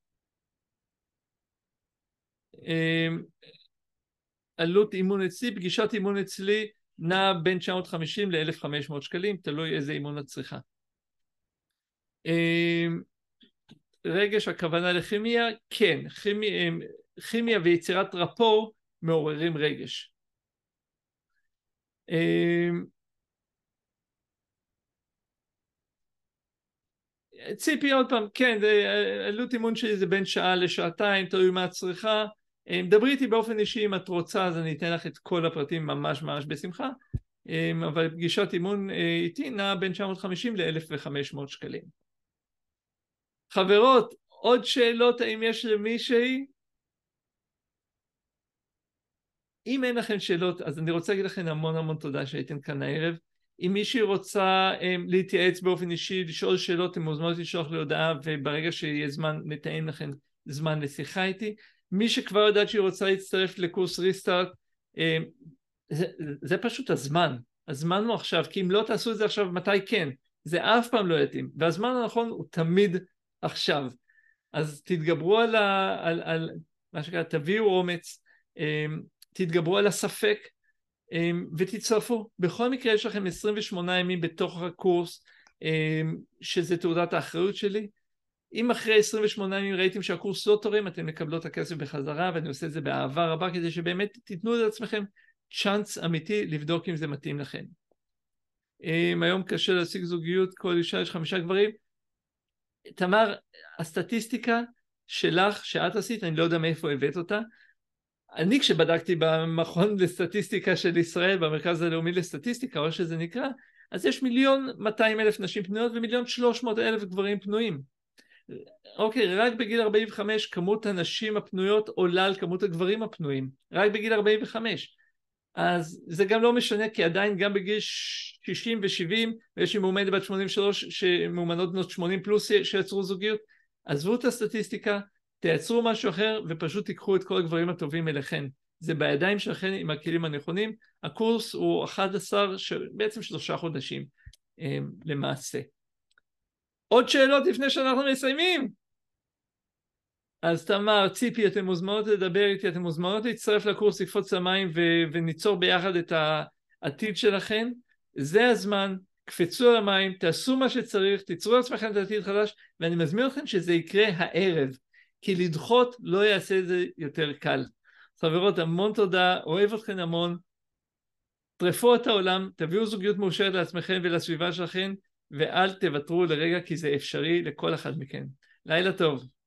עלות אימון אצלי, פגישת אימון אצלי נע בין 950 ל-1,500 שקלים, תלוי איזה אימון את צריכה. רגש, הכוונה לכימיה, כן, כימיה ויצירת רפור מעוררים רגש. ציפי עוד פעם, כן, עלות אימון שלי זה בין שעה לשעתיים, תלוי מה את צריכה. דברי איתי באופן אישי אם את רוצה, אז אני אתן לך את כל הפרטים ממש ממש בשמחה, אבל פגישת אימון איתי נע בין 950 ל-1,500 שקלים. חברות, עוד שאלות האם יש למישהי? אם אין לכם שאלות, אז אני רוצה להגיד לכם המון המון תודה שהייתם כאן הערב. אם מישהי רוצה להתייעץ באופן אישי, לשאול שאלות, אתם מוזמנות לשלוח לי הודעה, וברגע שיהיה זמן, נתאם לכם זמן לשיחה איתי. מי שכבר יודעת שהיא רוצה להצטרף לקורס ריסטארט, זה פשוט הזמן. הזמן הוא עכשיו, כי אם לא תעשו את זה עכשיו, מתי כן? זה אף פעם לא יתאים. והזמן הנכון הוא תמיד עכשיו. אז תתגברו על מה שקרה, תביאו אומץ, תתגברו על הספק, ותצטרפו. בכל מקרה יש לכם 28 ימים בתוך הקורס, שזה תעודת האחריות שלי. אם אחרי 28 ימים ראיתם שהקורס לא תורם, אתם מקבלות את הכסף בחזרה, ואני עושה את זה באהבה רבה, כדי שבאמת תיתנו לעצמכם צ'אנס אמיתי לבדוק אם זה מתאים לכם. היום קשה להשיג זוגיות, כל אישה יש 5 גברים. תמר, הסטטיסטיקה שלך, שאת עשית, אני לא יודע מאיפה הבאת אותה. אני כשבדקתי במכון לסטטיסטיקה של ישראל, במרכז הלאומי לסטטיסטיקה, או שזה נקרא, אז יש 1,200,000 נשים פנויות ו1,300,000 גברים פנויים. אוקיי, רק בגיל 45 כמות הנשים הפנויות עולה על כמות הגברים הפנויים, רק בגיל 45. אז זה גם לא משנה, כי עדיין גם בגיל 60 ו-70, ויש לי מועמדת בת 83 שמאומנות בנות 80 פלוס שיצרו זוגיות. עזבו את הסטטיסטיקה, תייצרו משהו אחר ופשוט תיקחו את כל הגברים הטובים אליכן. זה בידיים שלכן עם הכלים הנכונים. הקורס הוא 11, בעצם 3 חודשים למעשה. עוד שאלות לפני שאנחנו מסיימים? אז תמר, ציפי, אתם מוזמנות לדבר איתי, אתם מוזמנות להצטרף לקורס לקפוץ למים וניצור ביחד את העתיד שלכם. זה הזמן, קפצו על המים, תעשו מה שצריך, תיצרו לעצמכם את העתיד חדש, ואני מזמין אתכם שזה יקרה הערב, כי לדחות לא יעשה את זה יותר קל. חברות, המון תודה, אוהב אתכם המון, טרפו את העולם, תביאו זוגיות מאושרת לעצמכם ולסביבה שלכם, ואל תוותרו לרגע כי זה אפשרי לכל אחד מכם. לילה טוב.